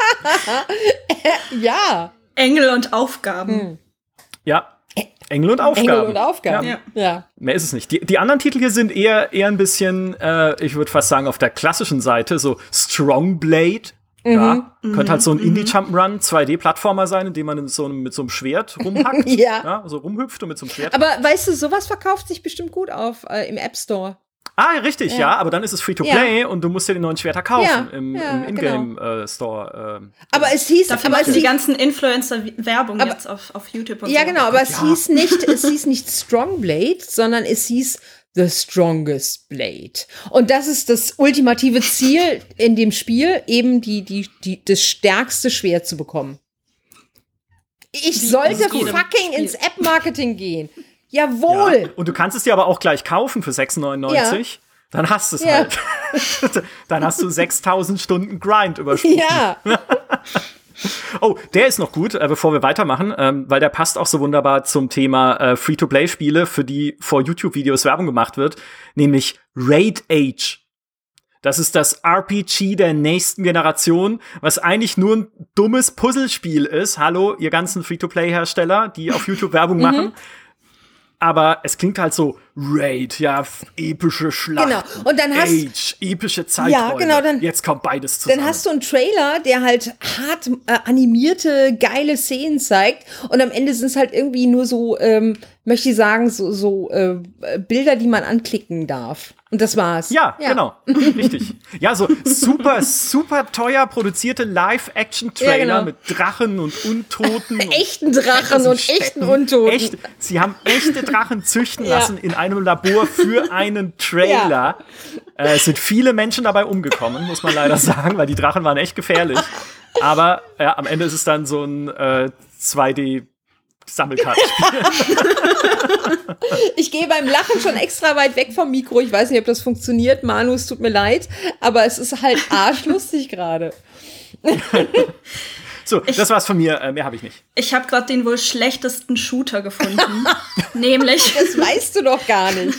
Ja. Engel und Aufgaben. Ja. Engel und Aufgaben. Engel und Aufgaben. Ja. Ja. Mehr ist es nicht. Die, die anderen Titel hier sind eher, eher ein bisschen, äh, ich würde fast sagen, auf der klassischen Seite, so Strong Blade. Ja, könnte halt so ein Indie-Jump'n'Run zwei D-Plattformer sein, in dem man in so einem, mit so einem Schwert rumhackt. Ja. Ja, so rumhüpft und mit so einem Schwert. Aber weißt du, sowas verkauft sich bestimmt gut auf äh, im App Store. Ah, richtig, ja. Ja. aber dann ist es Free-to-Play und du musst dir die neuen Schwerter kaufen Ja, im, ja, im Ingame-Store. Ähm. Aber es hieß, Dafür aber machen es die hieß, ganzen Influencer-Werbung Aber- jetzt auf, auf YouTube und ja so. genau, aber es ja. hieß nicht, es hieß nicht Strong Blade, sondern es hieß The Strongest Blade. Und das ist das ultimative Ziel in dem Spiel, eben die, die, die, das stärkste Schwert zu bekommen. Ich Wie sollte in jedem fucking Spiel. ins App-Marketing gehen. Jawohl. Ja. Und du kannst es dir aber auch gleich kaufen für sechs neunundneunzig. Dann hast du es Ja. halt. Dann hast du sechstausend Stunden Grind übersprungen. Ja. Oh, der ist noch gut, äh, bevor wir weitermachen, ähm, weil der passt auch so wunderbar zum Thema äh, Free-to-Play-Spiele, für die vor YouTube-Videos Werbung gemacht wird, nämlich Raid Age. Das ist das R P G der nächsten Generation, was eigentlich nur ein dummes Puzzlespiel ist. Hallo, ihr ganzen Free-to-Play-Hersteller, die auf YouTube Werbung machen. Aber es klingt halt so Raid, ja, f- epische Schlachten. Genau. Und dann hast- Age, epische Zeiträume. genau, dann- Jetzt kommt beides zusammen. Dann hast du einen Trailer, der halt hart äh, animierte, geile Szenen zeigt. Und am Ende sind es halt irgendwie nur so, ähm, möchte ich sagen, so, so äh, Bilder, die man anklicken darf. Und das war's. Ja, genau. Richtig. Ja, so super, super teuer produzierte Live-Action-Trailer Ja, genau. mit Drachen und Untoten. und Echten Drachen und Städten. echten Untoten. Echt, sie haben echte Drachen züchten Ja. lassen in einem Labor für einen Trailer. Äh, es sind viele Menschen dabei umgekommen, muss man leider sagen, weil die Drachen waren echt gefährlich. Aber ja, am Ende ist es dann so ein äh, zwei D Sammelkartenspiel. Ich gehe beim Lachen schon extra weit weg vom Mikro. Ich weiß nicht, ob das funktioniert. Manu, es tut mir leid. Aber es ist halt arschlustig gerade. So, ich, das war's von mir. Äh, mehr habe ich nicht. Ich habe gerade den wohl schlechtesten Shooter gefunden. Nämlich. Das weißt du doch gar nicht.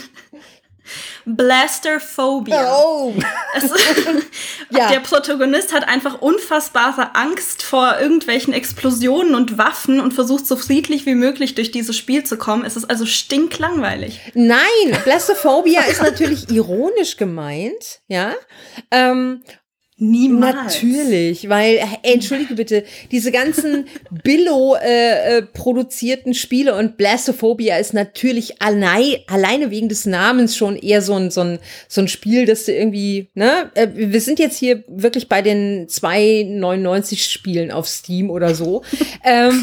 Blasterphobia. Oh. Es, ja. Der Protagonist hat einfach unfassbare Angst vor irgendwelchen Explosionen und Waffen und versucht so friedlich wie möglich durch dieses Spiel zu kommen. Es ist also stinklangweilig. Nein, Blasterphobia ist natürlich ironisch gemeint, ja. Ähm, Niemals. Natürlich, weil, äh, entschuldige bitte, diese ganzen Billo-produzierten äh, Spiele und Blastophobia ist natürlich allei, alleine wegen des Namens schon eher so ein, so ein, so ein Spiel, das du irgendwie, ne, äh, wir sind jetzt hier wirklich bei den zwei neunundneunzig Spielen auf Steam oder so. ähm,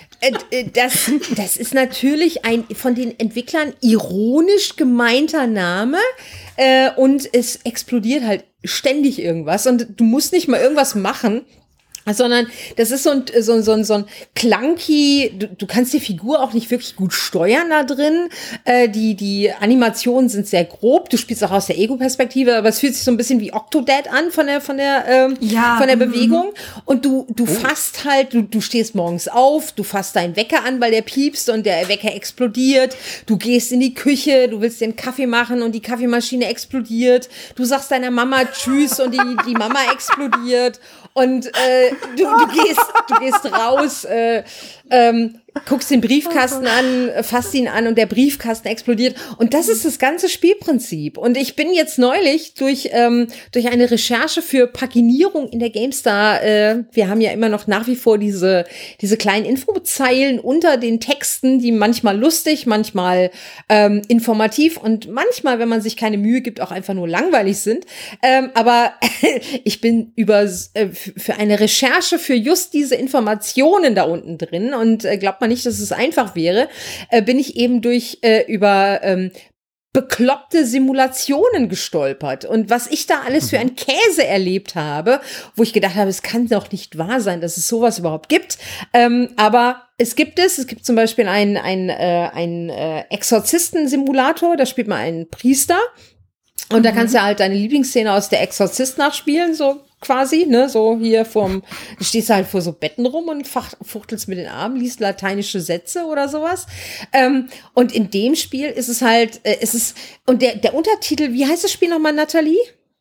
Das, das ist natürlich ein von den Entwicklern ironisch gemeinter Name äh, und es explodiert halt ständig irgendwas und du musst nicht mal irgendwas machen, sondern das ist so ein, so ein, so ein, so ein clunky, du, du kannst die Figur auch nicht wirklich gut steuern da drin. Äh, die, die Animationen sind sehr grob, du spielst auch aus der Ego-Perspektive, aber es fühlt sich so ein bisschen wie Octodad an von der, von der, ähm, ja, von der Bewegung. Und du, du oh. fasst halt, du, du stehst morgens auf, du fasst deinen Wecker an, weil der piepst und der Wecker explodiert. Du gehst in die Küche, du willst den Kaffee machen und die Kaffeemaschine explodiert. Du sagst deiner Mama Tschüss und die, die Mama explodiert. Und äh, du, du, gehst, du gehst raus, äh, ähm, guckst den Briefkasten an, fasst ihn an und der Briefkasten explodiert. Und das ist das ganze Spielprinzip. Und ich bin jetzt neulich durch ähm, durch eine Recherche für Paginierung in der GameStar, äh, wir haben ja immer noch nach wie vor diese diese kleinen Infozeilen unter den Texten, die manchmal lustig, manchmal ähm, informativ und manchmal, wenn man sich keine Mühe gibt, auch einfach nur langweilig sind. Ähm, aber ich bin über äh, für eine Recherche für just diese Informationen da unten drin und äh, glaubt man nicht, dass es einfach wäre, äh, bin ich eben durch äh, über ähm, bekloppte Simulationen gestolpert. Und was ich da alles für ein Käse erlebt habe, wo ich gedacht habe, es kann doch nicht wahr sein, dass es sowas überhaupt gibt. Ähm, aber es gibt es. Es gibt zum Beispiel einen, einen, äh, einen äh, Exorzisten-Simulator, da spielt man einen Priester. Und da kannst du halt deine Lieblingsszene aus der Exorzist nachspielen, so quasi, ne, so hier vorm, du stehst halt vor so Betten rum und fuchtelst mit den Armen, liest lateinische Sätze oder sowas. Ähm, und in dem Spiel ist es halt, äh, es ist, und der, der Untertitel, wie heißt das Spiel nochmal, Nathalie?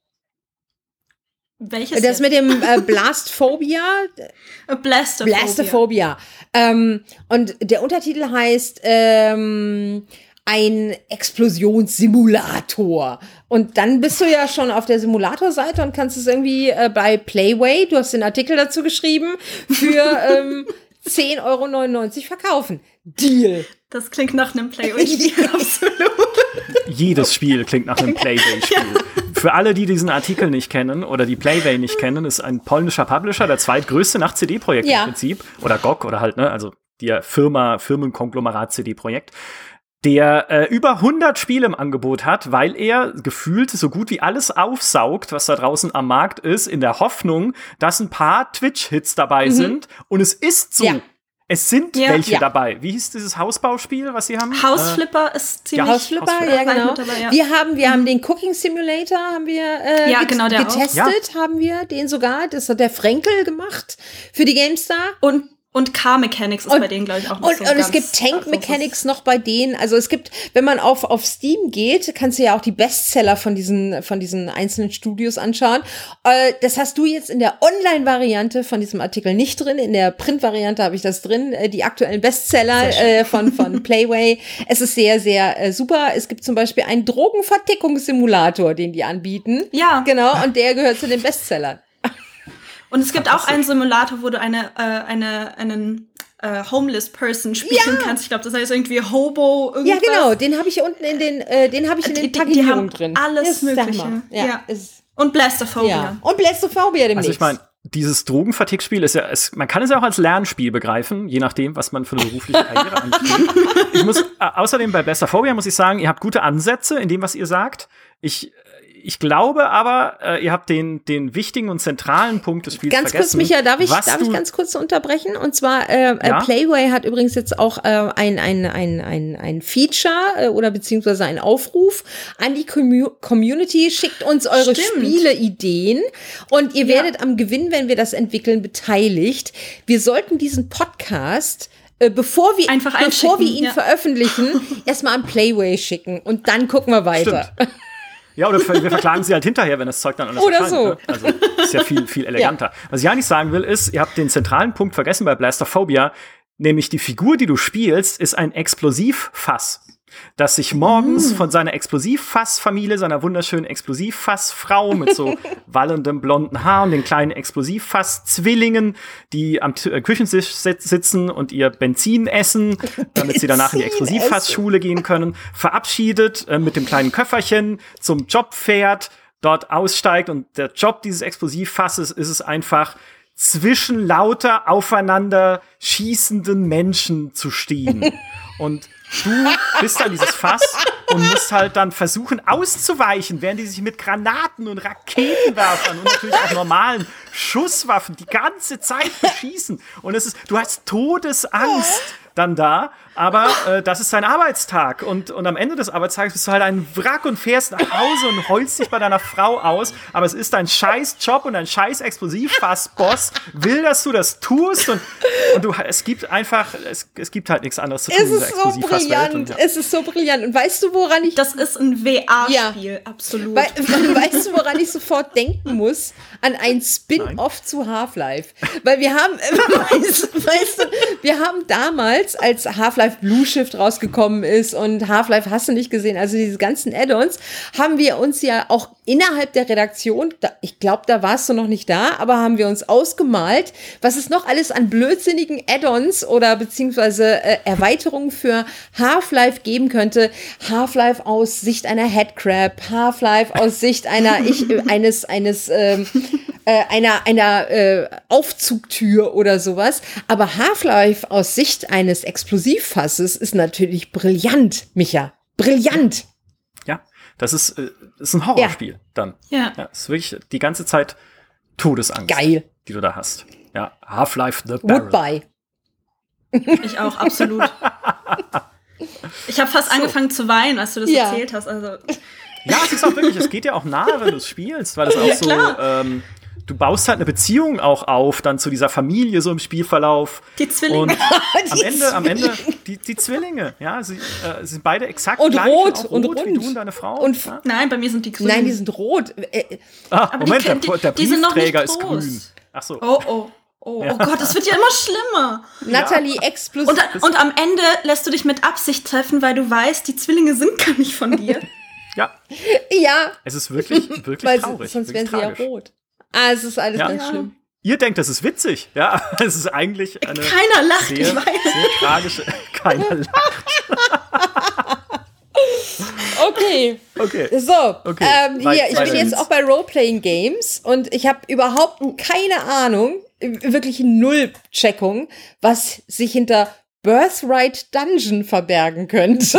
Welches? Das jetzt? Mit dem äh, Blastphobia. Blastophobia. Blastophobia. Ähm, und der Untertitel heißt, ähm, ein Explosionssimulator. Und dann bist du ja schon auf der Simulatorseite und kannst es irgendwie äh, bei Playway, du hast den Artikel dazu geschrieben, für ähm, zehn Euro neunundneunzig verkaufen. Deal. Das klingt nach einem Playway-Spiel, absolut. Jedes Spiel klingt nach einem Playway-Spiel. Für alle, die diesen Artikel nicht kennen oder die Playway nicht kennen, ist ein polnischer Publisher, der zweitgrößte nach C D-Projekt ja. im Prinzip. Oder G O G oder halt, ne, also die Firma, Firmenkonglomerat C D-Projekt. Der äh, über hundert Spiele im Angebot hat, weil er gefühlt so gut wie alles aufsaugt, was da draußen am Markt ist, in der Hoffnung, dass ein paar Twitch-Hits dabei mhm. sind. Und es ist so. Ja. Es sind ja. welche ja. dabei. Wie hieß dieses Hausbauspiel, was sie haben? Hausflipper äh, ist ziemlich... Ja, Hausflipper, Hausflipper, ja genau. Dabei, ja. Wir haben, wir mhm. haben den Cooking Simulator, haben wir äh, ja, get- genau, der getestet, auch. haben wir den sogar. Das hat der Frenkel gemacht für die GameStar. Und Und Car Mechanics ist und, bei denen, glaube ich, auch noch und, so Und ganz, es gibt Tank Mechanics noch bei denen. Also es gibt, wenn man auf, auf Steam geht, kannst du ja auch die Bestseller von diesen, von diesen einzelnen Studios anschauen. Äh, das hast du jetzt in der Online-Variante von diesem Artikel nicht drin. In der Print-Variante habe ich das drin. Äh, die aktuellen Bestseller äh, von, von Playway. Es ist sehr, sehr äh, super. Es gibt zum Beispiel einen Drogenvertickungssimulator, den die anbieten. Ja. Genau. Und der gehört zu den Bestsellern. Und es gibt auch einen Simulator, wo du eine, äh, eine, einen äh, Homeless Person spielen ja. kannst. Ich glaube, das heißt irgendwie Hobo irgendwas. Ja, genau. Den habe ich hier unten in den, äh, den habe ich in den Paginierungen drin. Alles ist Mögliche. Ja. ja. Ist, und Blastophobia. Ja. Und Blastophobia demnächst. Also ich meine, dieses Drogenvertick-Spiel ist ja, es, man kann es ja auch als Lernspiel begreifen, je nachdem, was man für eine berufliche Karriere anstrebt. Ich muss, äh, außerdem bei Blastophobia muss ich sagen, ihr habt gute Ansätze in dem, was ihr sagt. Ich ich glaube aber, äh, ihr habt den, den wichtigen und zentralen Punkt des Spiels ganz vergessen. Ganz kurz, Micha, darf ich, darf ich ganz kurz unterbrechen? Und zwar, äh, ja? Playway hat übrigens jetzt auch äh, ein, ein, ein, ein, ein Feature äh, oder beziehungsweise einen Aufruf an die Commu- Community. Schickt uns eure Stimmt. Spieleideen und ihr Ja. werdet am Gewinn, wenn wir das entwickeln, beteiligt. Wir sollten diesen Podcast Äh, bevor wir, Einfach bevor wir einschicken, ihn ja. veröffentlichen, erstmal an Playway schicken und dann gucken wir weiter. Stimmt. Ja, oder wir verklagen sie halt hinterher, wenn das Zeug dann anders Oder erscheint, so. Ne? Also, ist ja viel, viel eleganter. Ja. Was ich eigentlich sagen will, ist, ihr habt den zentralen Punkt vergessen bei Blastophobia, nämlich die Figur, die du spielst, ist ein Explosivfass, das sich morgens mm. von seiner Explosivfassfamilie, seiner wunderschönen Explosivfassfrau mit so wallendem blonden Haar und den kleinen Explosivfass-Zwillingen, die am T- äh, Küchentisch sitzen und ihr Benzin essen, damit sie danach in die Explosivfassschule gehen können, verabschiedet äh, mit dem kleinen Köfferchen zum Job fährt, dort aussteigt und der Job dieses Explosivfasses ist es einfach, zwischen lauter aufeinander schießenden Menschen zu stehen. Und du bist dann dieses Fass und musst halt dann versuchen auszuweichen, während die sich mit Granaten und Raketenwerfern und natürlich auch normalen Schusswaffen die ganze Zeit beschießen. Und es ist, du hast Todesangst dann da, aber äh, das ist dein Arbeitstag. Und, und am Ende des Arbeitstages bist du halt ein Wrack und fährst nach Hause und heulst dich bei deiner Frau aus. Aber es ist dein scheiß Job und dein scheiß Explosivfass-Boss will, dass du das tust. Und, und du, es gibt einfach, es, es gibt halt nichts anderes zu tun. Es ist so brillant, und, ja. es ist so brillant. Und weißt du, woran ich... Das ist ein V R-Spiel, ja. absolut. We- weißt du, woran ich sofort denken muss? An ein Spin-Off Nein. zu Half-Life. Weil wir haben, weißt, weißt du, wir haben damals, als Half-Life Blue Shift rausgekommen ist und Half-Life hast du nicht gesehen, also diese ganzen Add-ons, haben wir uns ja auch innerhalb der Redaktion, da, ich glaube, da warst du noch nicht da, aber haben wir uns ausgemalt, was es noch alles an blödsinnigen Add-ons oder beziehungsweise äh, Erweiterungen für Half-Life geben könnte. Half-Life aus Sicht einer Headcrab, Half-Life aus Sicht einer ich, äh, eines eines ähm, äh, einer einer äh, Aufzugtür oder sowas. Aber Half-Life aus Sicht eines Explosivfasses ist natürlich brillant, Micha, brillant. Ja, das ist, äh, das ist ein Horrorspiel ja. dann. Ja. ja. Es ist wirklich die ganze Zeit Todesangst, Geil. die du da hast. Ja, Half-Life The Barrel. Woodbye. Ich auch, absolut. Ich habe fast so. angefangen zu weinen, als du das ja. erzählt hast. Also. Ja, es ist auch wirklich, es geht ja auch nahe, wenn du es spielst, weil das auch ja, so, ähm, du baust halt eine Beziehung auch auf, dann zu dieser Familie so im Spielverlauf. Die Zwillinge. Und die am Ende, Zwillinge. am Ende, die, die Zwillinge, ja, sie äh, sind beide exakt und gleich rot, und, und rot rund. wie du und deine Frau. Und ja? Nein, bei mir sind die grün. Nein, die sind rot. Äh, ah, Moment, die, die, der, der die sind noch nicht Briefträger ist groß. grün. Ach so. Oh, oh. Oh, ja. oh Gott, das wird ja immer schlimmer. Natalie Explosiv. Und, und am Ende lässt du dich mit Absicht treffen, weil du weißt, die Zwillinge sind gar nicht von dir. Ja. Ja. Es ist wirklich, wirklich weil traurig. Sonst wären sie tragisch. ja rot. Ah, es ist alles ja. ganz ja. schlimm. Ihr denkt, das ist witzig, ja, es ist eigentlich eine Keiner lacht, sehr, ich weiß. sehr tragische, keiner lacht. Okay. Okay. So, okay. Ähm, hier, ich bin jetzt Lieds. auch bei Role-Playing Games und ich habe überhaupt keine Ahnung, wirklich null Checkung, was sich hinter Birthright Dungeon verbergen könnte.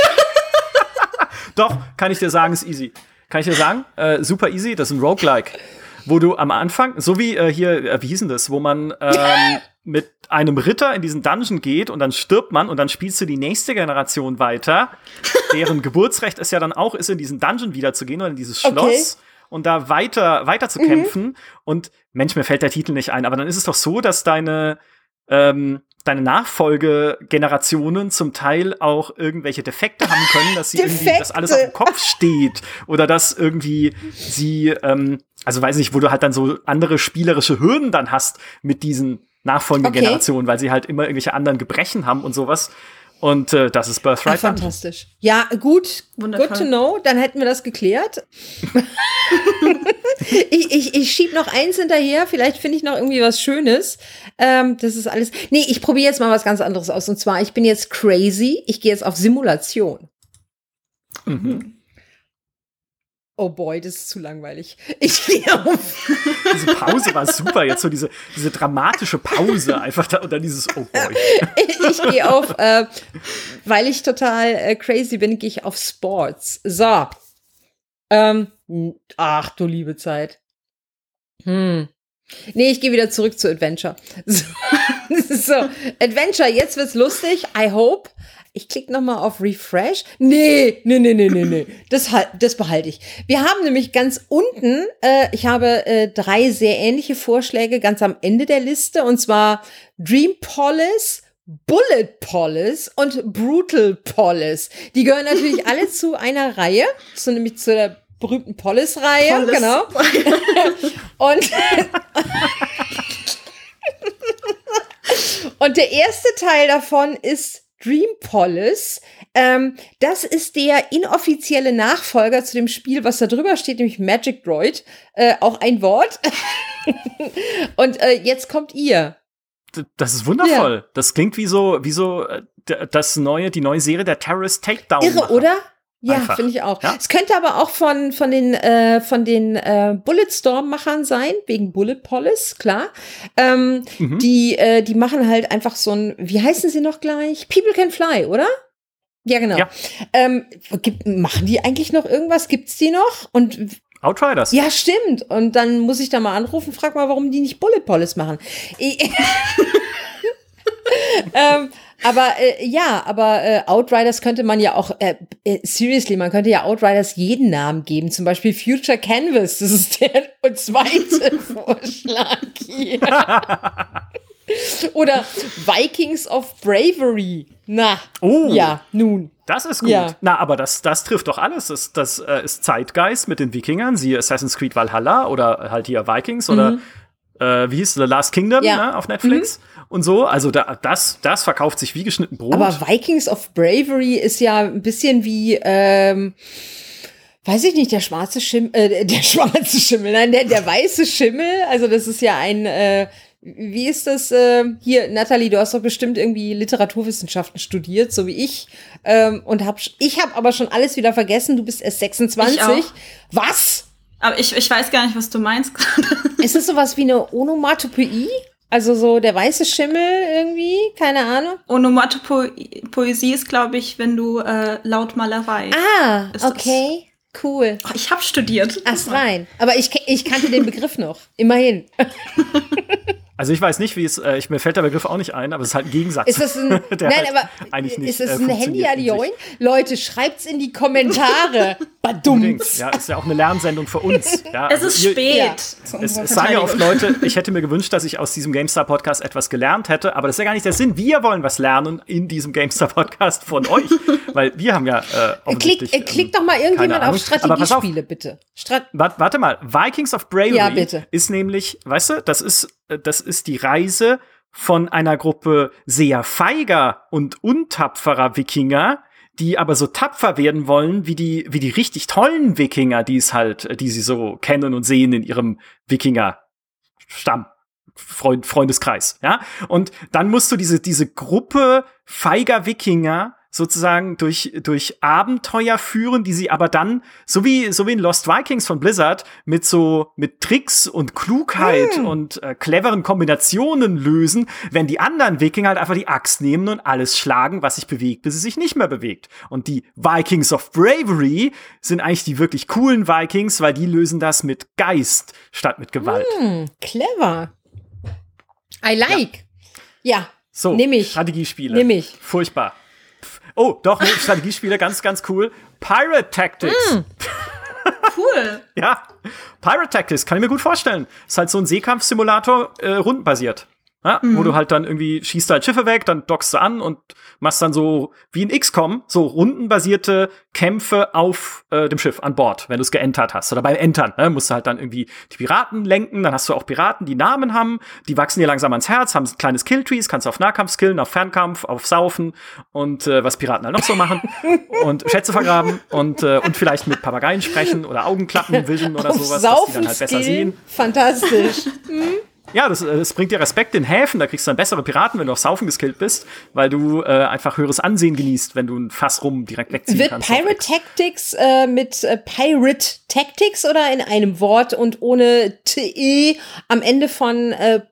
Doch, kann ich dir sagen, ist easy. Kann ich dir sagen, äh, super easy, das ist ein Roguelike. Wo du am Anfang, so wie äh, hier, äh, wie hieß denn das, wo man ähm, mit einem Ritter in diesen Dungeon geht und dann stirbt man und dann spielst du die nächste Generation weiter, deren Geburtsrecht es ja dann auch ist, in diesen Dungeon wiederzugehen oder in dieses Schloss Okay. und da weiter, weiter zu kämpfen. Mhm. Und Mensch, mir fällt der Titel nicht ein, aber dann ist es doch so, dass deine ähm, deine Nachfolgegenerationen zum Teil auch irgendwelche Defekte haben können, dass sie Defekte. irgendwie, dass alles auf dem Kopf steht oder dass irgendwie sie, ähm, also weiß nicht, wo du halt dann so andere spielerische Hürden dann hast mit diesen nachfolgenden Okay. Generationen, weil sie halt immer irgendwelche anderen Gebrechen haben und sowas. Und äh, das ist Birthright. Ach, fantastisch. Ja, gut. Wundervoll. Good to know. Dann hätten wir das geklärt. ich ich, ich schieb noch eins hinterher. Vielleicht finde ich noch irgendwie was Schönes. Ähm, das ist alles. Nee, ich probiere jetzt mal was ganz anderes aus. Und zwar, ich bin jetzt crazy. Ich gehe jetzt auf Simulation. Mhm. Oh boy, das ist zu langweilig. Ich gehe auf. Diese Pause war super, jetzt so diese, diese dramatische Pause einfach da und dann dieses Oh boy. Ich gehe auf, äh, weil ich total äh, crazy bin, gehe ich auf Sports. So. Ähm, Ach, du liebe Zeit. Hm. Nee, ich gehe wieder zurück zu Adventure. So, so, Adventure, jetzt wird's lustig. I hope. Ich klicke nochmal auf Refresh. Nee, nee, nee, nee, nee, nee. Das, das behalte ich. Wir haben nämlich ganz unten, äh, ich habe äh, drei sehr ähnliche Vorschläge ganz am Ende der Liste. Und zwar Dream Police, Bullet Police und Brutal Police. Die gehören natürlich alle zu einer Reihe. So nämlich zu der berühmten Police-Reihe. Police. Genau. Und Und der erste Teil davon ist Dream Police. Ähm, das ist der inoffizielle Nachfolger zu dem Spiel, was da drüber steht, nämlich Magic Droid. Äh, auch ein Wort. Und äh, jetzt kommt ihr. Das ist wundervoll. Ja. Das klingt wie so, wie so äh, das neue, die neue Serie der Terrorist Takedown. Irre, oder? Ja, Einfach. finde ich auch. Ja? Es könnte aber auch von von den äh, von den äh, Bulletstorm-Machern sein, wegen Bullet Police, klar. Ähm, Mhm. Die äh, die machen halt einfach so ein, wie heißen sie noch gleich? People Can Fly, oder? Ja, genau. Ja. Ähm, gibt, machen die eigentlich noch irgendwas? Gibt's die noch? Und Outriders. ja, stimmt. Und dann muss ich da mal anrufen, frag mal, warum die nicht Bullet Police machen. Ich, ähm, aber äh, ja, aber äh, Outriders könnte man ja auch, äh, äh, seriously, man könnte ja Outriders jeden Namen geben. Zum Beispiel Future Canvas, das ist der zweite Vorschlag hier. Oder Vikings of Bravery. Na, Oh. ja, nun. Das ist gut. Ja. Na, aber das, das trifft doch alles. Das, das äh, ist Zeitgeist mit den Wikingern, siehe Assassin's Creed Valhalla oder halt hier Vikings oder äh, wie hieß The Last Kingdom, Ja. ne, auf Netflix und so. Also da, das, das verkauft sich wie geschnitten Brot. Aber Vikings of Bravery ist ja ein bisschen wie, ähm, weiß ich nicht, der schwarze Schimmel, äh, der schwarze Schimmel, nein, der, der weiße Schimmel. Also das ist ja ein, äh, wie ist das, äh, hier, Nathalie, du hast doch bestimmt irgendwie Literaturwissenschaften studiert, so wie ich. Ähm, und hab, ich habe aber schon alles wieder vergessen, du bist erst sechsundzwanzig. Ich auch. Was? Aber ich, ich weiß gar nicht, was du meinst gerade. Ist das sowas wie eine Onomatopoeie? Also so der weiße Schimmel irgendwie? Keine Ahnung. Onomatopoesie ist, glaube ich, wenn du äh, Lautmalerei. Ah, Ist das- okay, cool. Oh, ich habe studiert. Ast rein. Aber ich, ich kannte den Begriff noch. Immerhin. Also ich weiß nicht, wie es, äh, ich, mir fällt der Begriff auch nicht ein, aber es ist halt ein Gegensatz. Ist das ein, der nein, halt aber eigentlich nicht, ist das äh, ein funktioniert Handy in sich. Adioin? Leute, schreibt's in die Kommentare. Unbedingt. Badumts. Ja, ist ja auch eine Lernsendung für uns. Ja, Es also ist ihr- spät. Ja. zu Es, unserer es sagen ja oft Verteidigung. Leute, ich hätte mir gewünscht, dass ich aus diesem GameStar-Podcast etwas gelernt hätte, aber das ist ja gar nicht der Sinn. Wir wollen was lernen in diesem GameStar-Podcast von euch, weil wir haben ja äh, Klick, offensichtlich, äh, klick ähm, doch mal keine irgendjemand Ahnung. auf Aber pass auf. Strategiespiele, bitte. Strat Warte, warte mal, Vikings of Bravery Ja, bitte. ist nämlich, weißt du, das ist, äh, das ist die Reise von einer Gruppe sehr feiger und untapferer Wikinger, die aber so tapfer werden wollen wie die, wie die richtig tollen Wikinger, die es halt, die sie so kennen und sehen in ihrem Wikinger-Stamm. Freund, Freundeskreis, ja. Und dann musst du diese, diese Gruppe feiger Wikinger sozusagen durch, durch Abenteuer führen, die sie aber dann, so wie, so wie in Lost Vikings von Blizzard, mit so, mit Tricks und Klugheit Hm. und äh, cleveren Kombinationen lösen, wenn die anderen Wikinger halt einfach die Axt nehmen und alles schlagen, was sich bewegt, bis es sich nicht mehr bewegt. Und die Vikings of Bravery sind eigentlich die wirklich coolen Vikings, weil die lösen das mit Geist statt mit Gewalt. Hm, clever. I like. Ja, So, nehm ich. Strategiespiele. Nehm ich. Furchtbar. Pff. Oh, doch, nee, Strategiespiele, ganz, ganz cool. Pirate Tactics. Hm. Cool. Ja, Pirate Tactics, kann ich mir gut vorstellen. Ist halt so ein Seekampfsimulator, äh, rundenbasiert. Ja, wo du halt dann irgendwie schießt halt Schiffe weg, dann dockst du an und machst dann so wie in X COM so rundenbasierte Kämpfe auf äh, dem Schiff an Bord, wenn du es geentert hast. Oder beim Entern, ne, musst du halt dann irgendwie die Piraten lenken, dann hast du auch Piraten, die Namen haben, die wachsen dir langsam ans Herz, haben ein kleines Killtrees, kannst du auf Nahkampf skillen, auf Fernkampf, auf Saufen und äh, was Piraten halt noch so machen und Schätze vergraben und äh, und vielleicht mit Papageien sprechen oder Augenklappen wilden oder Auf sowas, dass die dann halt Saufen besser sehen. Fantastisch. Ja, das, das bringt dir Respekt in Häfen, da kriegst du dann bessere Piraten, wenn du auf Saufen geskillt bist, weil du äh, einfach höheres Ansehen genießt, wenn du ein Fass rum direkt wegziehen Wird kannst. Pirate Tactics äh, mit äh, Pirate Tactics oder in einem Wort und ohne T E am Ende von äh,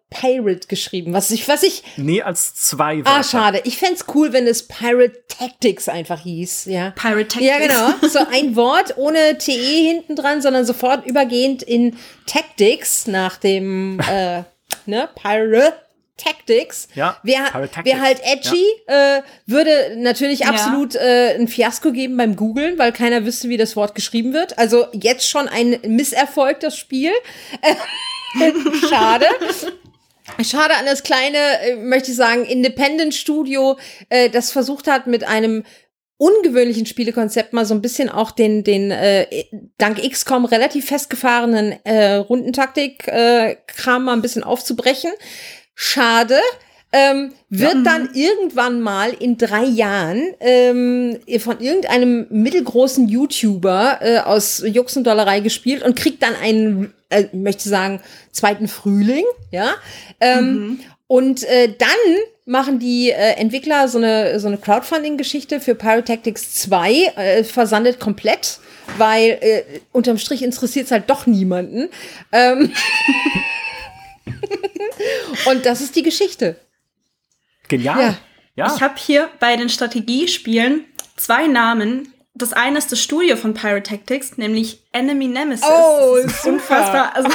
Pirate geschrieben, was ich, was ich. Nee, als zwei Wörter. Ah, schade. Ich fänd's cool, wenn es Pirate Tactics einfach hieß, ja. Pirate Tactics. Ja, genau. So ein Wort ohne T E hinten dran, sondern sofort übergehend in Tactics nach dem, äh, ne, Pirate Tactics. Ja, Wäre wär halt edgy, ja. äh, würde natürlich ja. absolut äh, ein Fiasko geben beim Googlen, weil keiner wüsste, wie das Wort geschrieben wird. Also jetzt schon ein Misserfolg, das Spiel. Schade. Schade an das kleine, äh, möchte ich sagen, Independent-Studio, äh, das versucht hat, mit einem ungewöhnlichen Spielekonzept mal so ein bisschen auch den, den äh, dank X COM relativ festgefahrenen äh, Rundentaktik-Kram äh, mal ein bisschen aufzubrechen. Schade. Ähm, wird ja. dann irgendwann mal in drei Jahren ähm, von irgendeinem mittelgroßen YouTuber äh, aus Jux und Dollerei gespielt und kriegt dann einen, äh, möchte sagen, zweiten Frühling, ja. Ähm, mhm. Und äh, dann machen die äh, Entwickler so eine so eine Crowdfunding-Geschichte für Pirate Tactics zwei, äh, versandet komplett, weil äh, unterm Strich interessiert es halt doch niemanden. Ähm Und das ist die Geschichte. Genial. Ja. Ja. Ich habe hier bei den Strategiespielen zwei Namen. Das eine ist das Studio von Pirate Tactics, nämlich Enemy Nemesis. Oh, das ist unfassbar. Also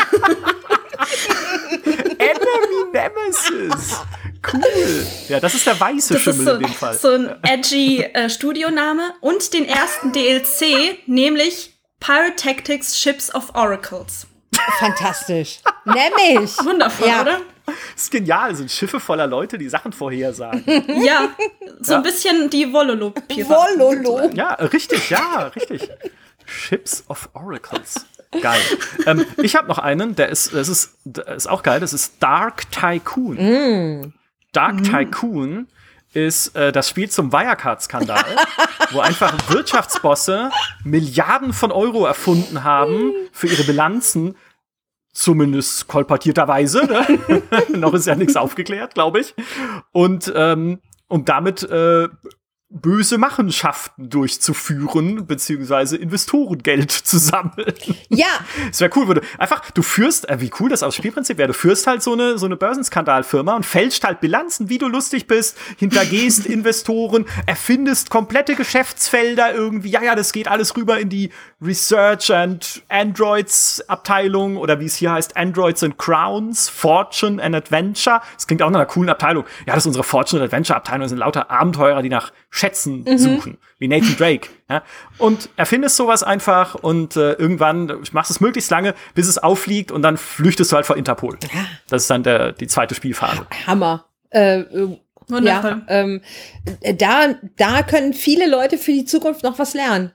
Enemy Nemesis. Cool. Ja, das ist der weiße das Schimmel ist so, in dem Fall. so ein edgy äh, Studioname. Und den ersten D L C, nämlich Pirate Tactics Ships of Oracles. Fantastisch. Nämlich. Wundervoll, ja. oder? Das ist genial. Das sind Schiffe voller Leute, die Sachen vorhersagen. Ja, so ja. ein bisschen die Wololo-Piraten. Wololo. Ja, richtig, ja, richtig. Ships of Oracles. Geil. ähm, ich habe noch einen, der ist, das ist, der ist auch geil. Das ist Dark Tycoon. Mm. Dark mm. Tycoon ist äh, das Spiel zum Wirecard-Skandal, wo einfach Wirtschaftsbosse Milliarden von Euro erfunden haben für ihre Bilanzen. Zumindest kolportierterweise. Ne? Noch ist ja nichts aufgeklärt, glaube ich. Und ähm, um damit äh, böse Machenschaften durchzuführen, beziehungsweise Investorengeld zu sammeln. Ja. Es wäre cool, würde einfach, du führst, äh, wie cool das aus Spielprinzip wäre, du führst halt so eine, so eine Börsenskandalfirma und fälscht halt Bilanzen, wie du lustig bist, hintergehst Investoren, erfindest komplette Geschäftsfelder irgendwie, ja, ja, das geht alles rüber in die Research and Androids Abteilung oder wie es hier heißt, Androids and Crowns, Fortune and Adventure. Das klingt auch nach einer coolen Abteilung. Ja, das ist unsere Fortune and Adventure Abteilung, das sind lauter Abenteurer, die nach Schätzen mhm. suchen, wie Nathan Drake. Ja? Und erfindest sowas einfach und äh, irgendwann machst es möglichst lange, bis es auffliegt und dann flüchtest du halt vor Interpol. Das ist dann der, die zweite Spielphase. Hammer. Äh, äh, Wundervoll. Ja, ähm, da, da können viele Leute für die Zukunft noch was lernen.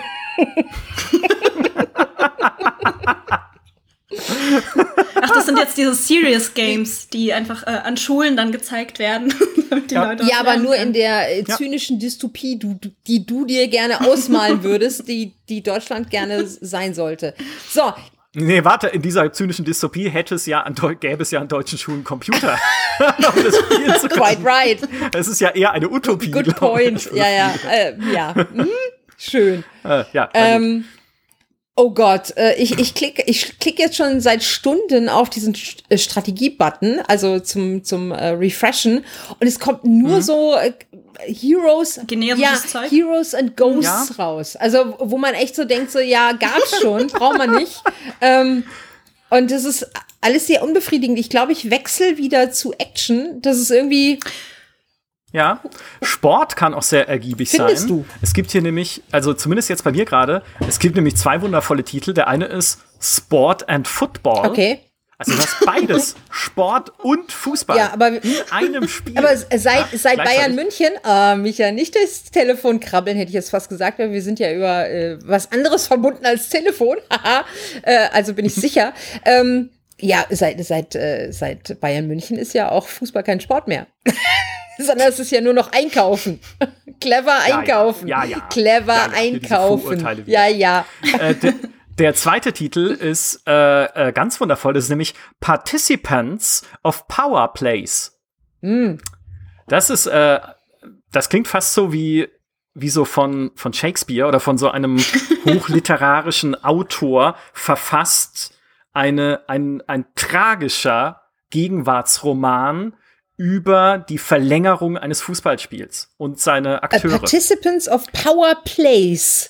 Ach, das sind jetzt diese Serious Games, die einfach äh, an Schulen dann gezeigt werden. Damit die ja, Leute ja aber nur können. in der äh, zynischen ja. Dystopie, du, du, die du dir gerne ausmalen würdest, die, die Deutschland gerne sein sollte. So. Nee, warte, in dieser zynischen Dystopie hätte es ja an Deu- gäbe es ja an deutschen Schulen Computer. Um das spielen zu können. Quite right. Es ist ja eher eine Utopie. Good point. Ja, ja. Äh, ja. Hm? Schön. Äh, ja. Ähm, oh Gott, äh, ich, ich klicke ich klick jetzt schon seit Stunden auf diesen St- äh, Strategie-Button, also zum, zum äh, Refreshen. Und es kommt nur mhm. so äh, Heroes, ja, Zeug? Heroes and Ghosts ja. raus. Also, wo man echt so denkt, so, ja, gab's schon, braucht man nicht. ähm, und das ist alles sehr unbefriedigend. Ich glaube, ich wechsle wieder zu Action. Das ist irgendwie... Ja, Sport kann auch sehr ergiebig Findest sein. du? Es gibt hier nämlich, also zumindest jetzt bei mir gerade, es gibt nämlich zwei wundervolle Titel. Der eine ist Sport and Football. Okay. Also du hast beides, Sport und Fußball ja, aber, in einem Spiel. Aber seit, ja, seit Bayern München, äh, Micha, nicht durchs Telefon krabbeln, hätte ich jetzt fast gesagt, weil wir sind ja über äh, was anderes verbunden als Telefon. äh, also bin ich sicher. Ähm, ja, seit, seit, äh, seit Bayern München ist ja auch Fußball kein Sport mehr. Sondern es ist ja nur noch Einkaufen. Clever einkaufen. Ja, ja, ja. Clever ja, ja, einkaufen. Ja, ja. Äh, de, der zweite Titel ist äh, äh, ganz wundervoll. Das ist nämlich Participants of Power Plays. Mm. Das ist, äh, das klingt fast so wie wie so von von Shakespeare oder von so einem hochliterarischen Autor verfasst eine ein ein tragischer Gegenwartsroman über die Verlängerung eines Fußballspiels und seine Akteure. A Participants of Power Plays.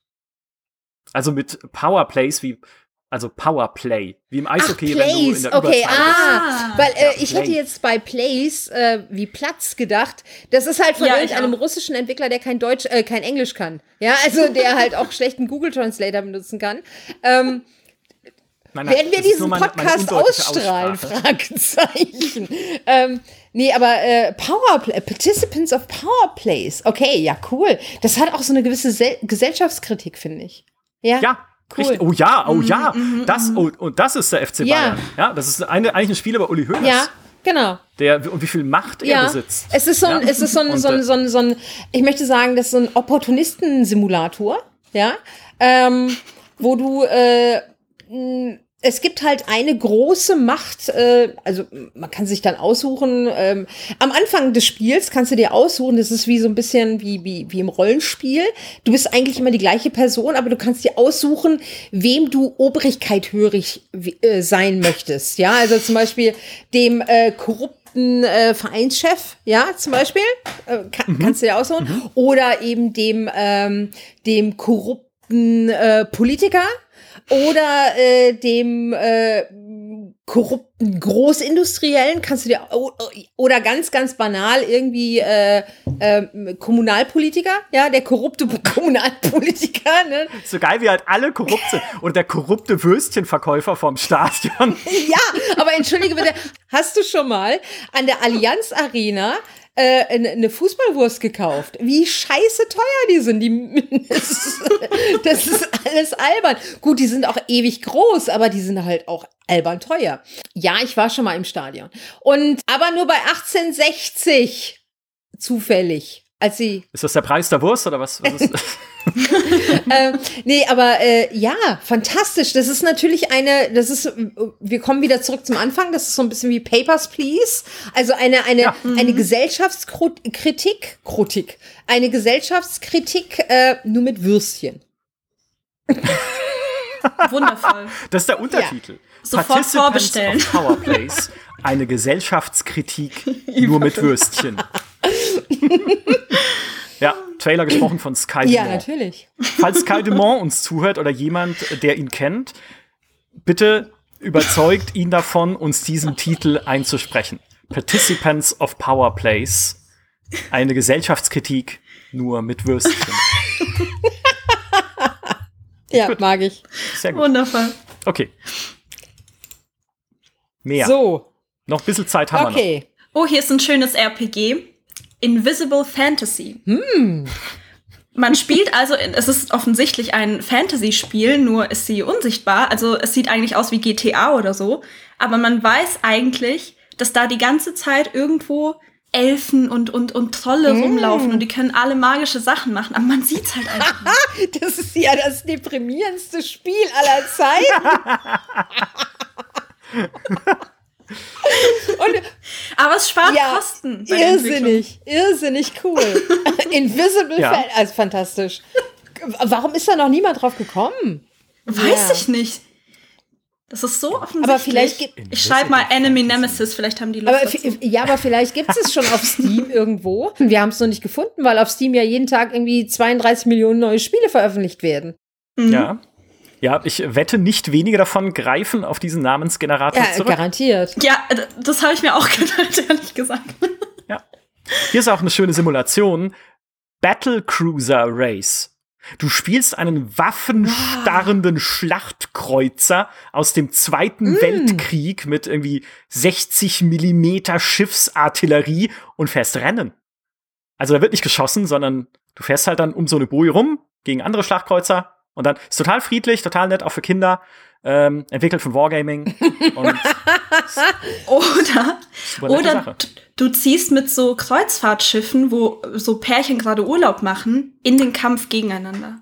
Also mit Power Plays wie Also Powerplay, wie im Eishockey, Ach, wenn du in Plays, der okay, Überzahl ah, bist. weil äh, Ja, ich Play. hätte jetzt bei Plays äh, wie Platz gedacht. Das ist halt von Ja, ich irgendeinem auch. russischen Entwickler, der kein Deutsch, äh, kein Englisch kann. Ja, also der halt auch schlechten Google Translator benutzen kann. Ähm, Nein, nein, werden wir das ist diesen nur meine- meine Podcast undeutliche ausstrahlen? Aussprache. Fragezeichen. ähm, nee, aber äh, Powerplay, Participants of Powerplays. Okay, ja, cool. Das hat auch so eine gewisse Sel- Gesellschaftskritik, finde ich. Ja. Ja, Cool. richtig. Oh ja, oh ja. Das, oh, und das ist der F C Ja. Bayern. Ja, das ist eine, eigentlich ein Spiel über Uli Hoeneß. Ja, genau. Der, und wie viel Macht er Ja, besitzt. es ist so ein, Ja. es ist so ein, Und, so ein, äh, so ein, so ein, ich möchte sagen, das ist so ein Opportunistensimulator, ja, ähm, wo du, äh, mh, es gibt halt eine große Macht, äh, also man kann sich dann aussuchen, ähm, am Anfang des Spiels kannst du dir aussuchen, das ist wie so ein bisschen wie, wie, wie im Rollenspiel. Du bist eigentlich immer die gleiche Person, aber du kannst dir aussuchen, wem du Obrigkeit hörig äh, sein möchtest. Ja, also zum Beispiel dem äh, korrupten äh, Vereinschef, ja, zum Beispiel, äh, kann, kannst du dir aussuchen. Mhm. Oder eben dem, ähm, dem korrupten äh, Politiker. Oder äh, dem äh, korrupten Großindustriellen kannst du dir, oder ganz, ganz banal irgendwie äh, äh, Kommunalpolitiker, ja, der korrupte Kommunalpolitiker. Ne? So geil, wie halt alle korrupt sind. Oder der korrupte Würstchenverkäufer vom Stadion. Ja, aber entschuldige bitte, hast du schon mal an der Allianz Arena äh, eine Fußballwurst gekauft? Wie scheiße teuer die sind. Die, das, ist, das ist alles albern. Gut, die sind auch ewig groß, aber die sind halt auch albern teuer. Ja, ich war schon mal im Stadion. Und aber nur bei achtzehn sechzig zufällig. Als sie Ist das der Preis der Wurst oder was? was ist das? ähm, nee, aber äh, ja, fantastisch. Das ist natürlich eine, das ist, wir kommen wieder zurück zum Anfang, das ist so ein bisschen wie Papers, Please. Also eine, eine, Ja. eine Gesellschaftskritik, Kritik, eine Gesellschaftskritik äh, nur mit Würstchen. Wundervoll. Das ist der Untertitel. Sofort Participants vorbestellen. of Powerplays. Eine Gesellschaftskritik nur mit Würstchen. Ja, Trailer gesprochen von Sky Ja, Dumont. natürlich. Falls Sky Dumont uns zuhört oder jemand, der ihn kennt, bitte überzeugt ihn davon, uns diesen Titel einzusprechen. Participants of Powerplays. Eine Gesellschaftskritik nur mit Würstchen. Ja, mag ich. Sehr gut. Wundervoll. Okay. Mehr. So, Noch ein bisschen Zeit haben wir noch. okay. Oh, hier ist ein schönes R P G. Invisible Fantasy. Hm. Man spielt also, in, es ist offensichtlich ein Fantasy-Spiel, nur ist sie unsichtbar. Also es sieht eigentlich aus wie G T A oder so. Aber man weiß eigentlich, dass da die ganze Zeit irgendwo Elfen und, und, und Trolle mm. rumlaufen und die können alle magische Sachen machen. Aber man sieht's halt einfach nicht. Das ist ja das deprimierendste Spiel aller Zeiten. Und, Aber es spart ja, Kosten. Bei der Entwicklung. irrsinnig, irrsinnig cool. Invisible Ja. Fan, also fantastisch. Warum ist da noch niemand drauf gekommen? Weiß Ja. ich nicht. Das ist so offensichtlich. Aber vielleicht gibt- ich schreibe mal Enemy Nemesis, vielleicht haben die Lust Aber dazu. f- ja, aber vielleicht gibt es schon auf Steam irgendwo. Wir haben es noch nicht gefunden, weil auf Steam ja jeden Tag irgendwie zweiunddreißig Millionen neue Spiele veröffentlicht werden. Ja. Ja, ich wette, nicht wenige davon greifen auf diesen Namensgenerator Ja, zurück. garantiert. Ja, d- das habe ich mir auch gedacht, ehrlich gesagt. Ja. Hier ist auch eine schöne Simulation. Battle Cruiser Race. Du spielst einen waffenstarrenden Schlachtkreuzer aus dem Zweiten Mm. Weltkrieg mit irgendwie sechzig Millimeter Schiffsartillerie und fährst Rennen. Also da wird nicht geschossen, sondern du fährst halt dann um so eine Boje rum gegen andere Schlachtkreuzer und dann ist total friedlich, total nett, auch für Kinder. Ähm, entwickelt von Wargaming. Und Oder, super nette oder Sache. d- du ziehst mit so Kreuzfahrtschiffen, wo so Pärchen gerade Urlaub machen, in den Kampf gegeneinander.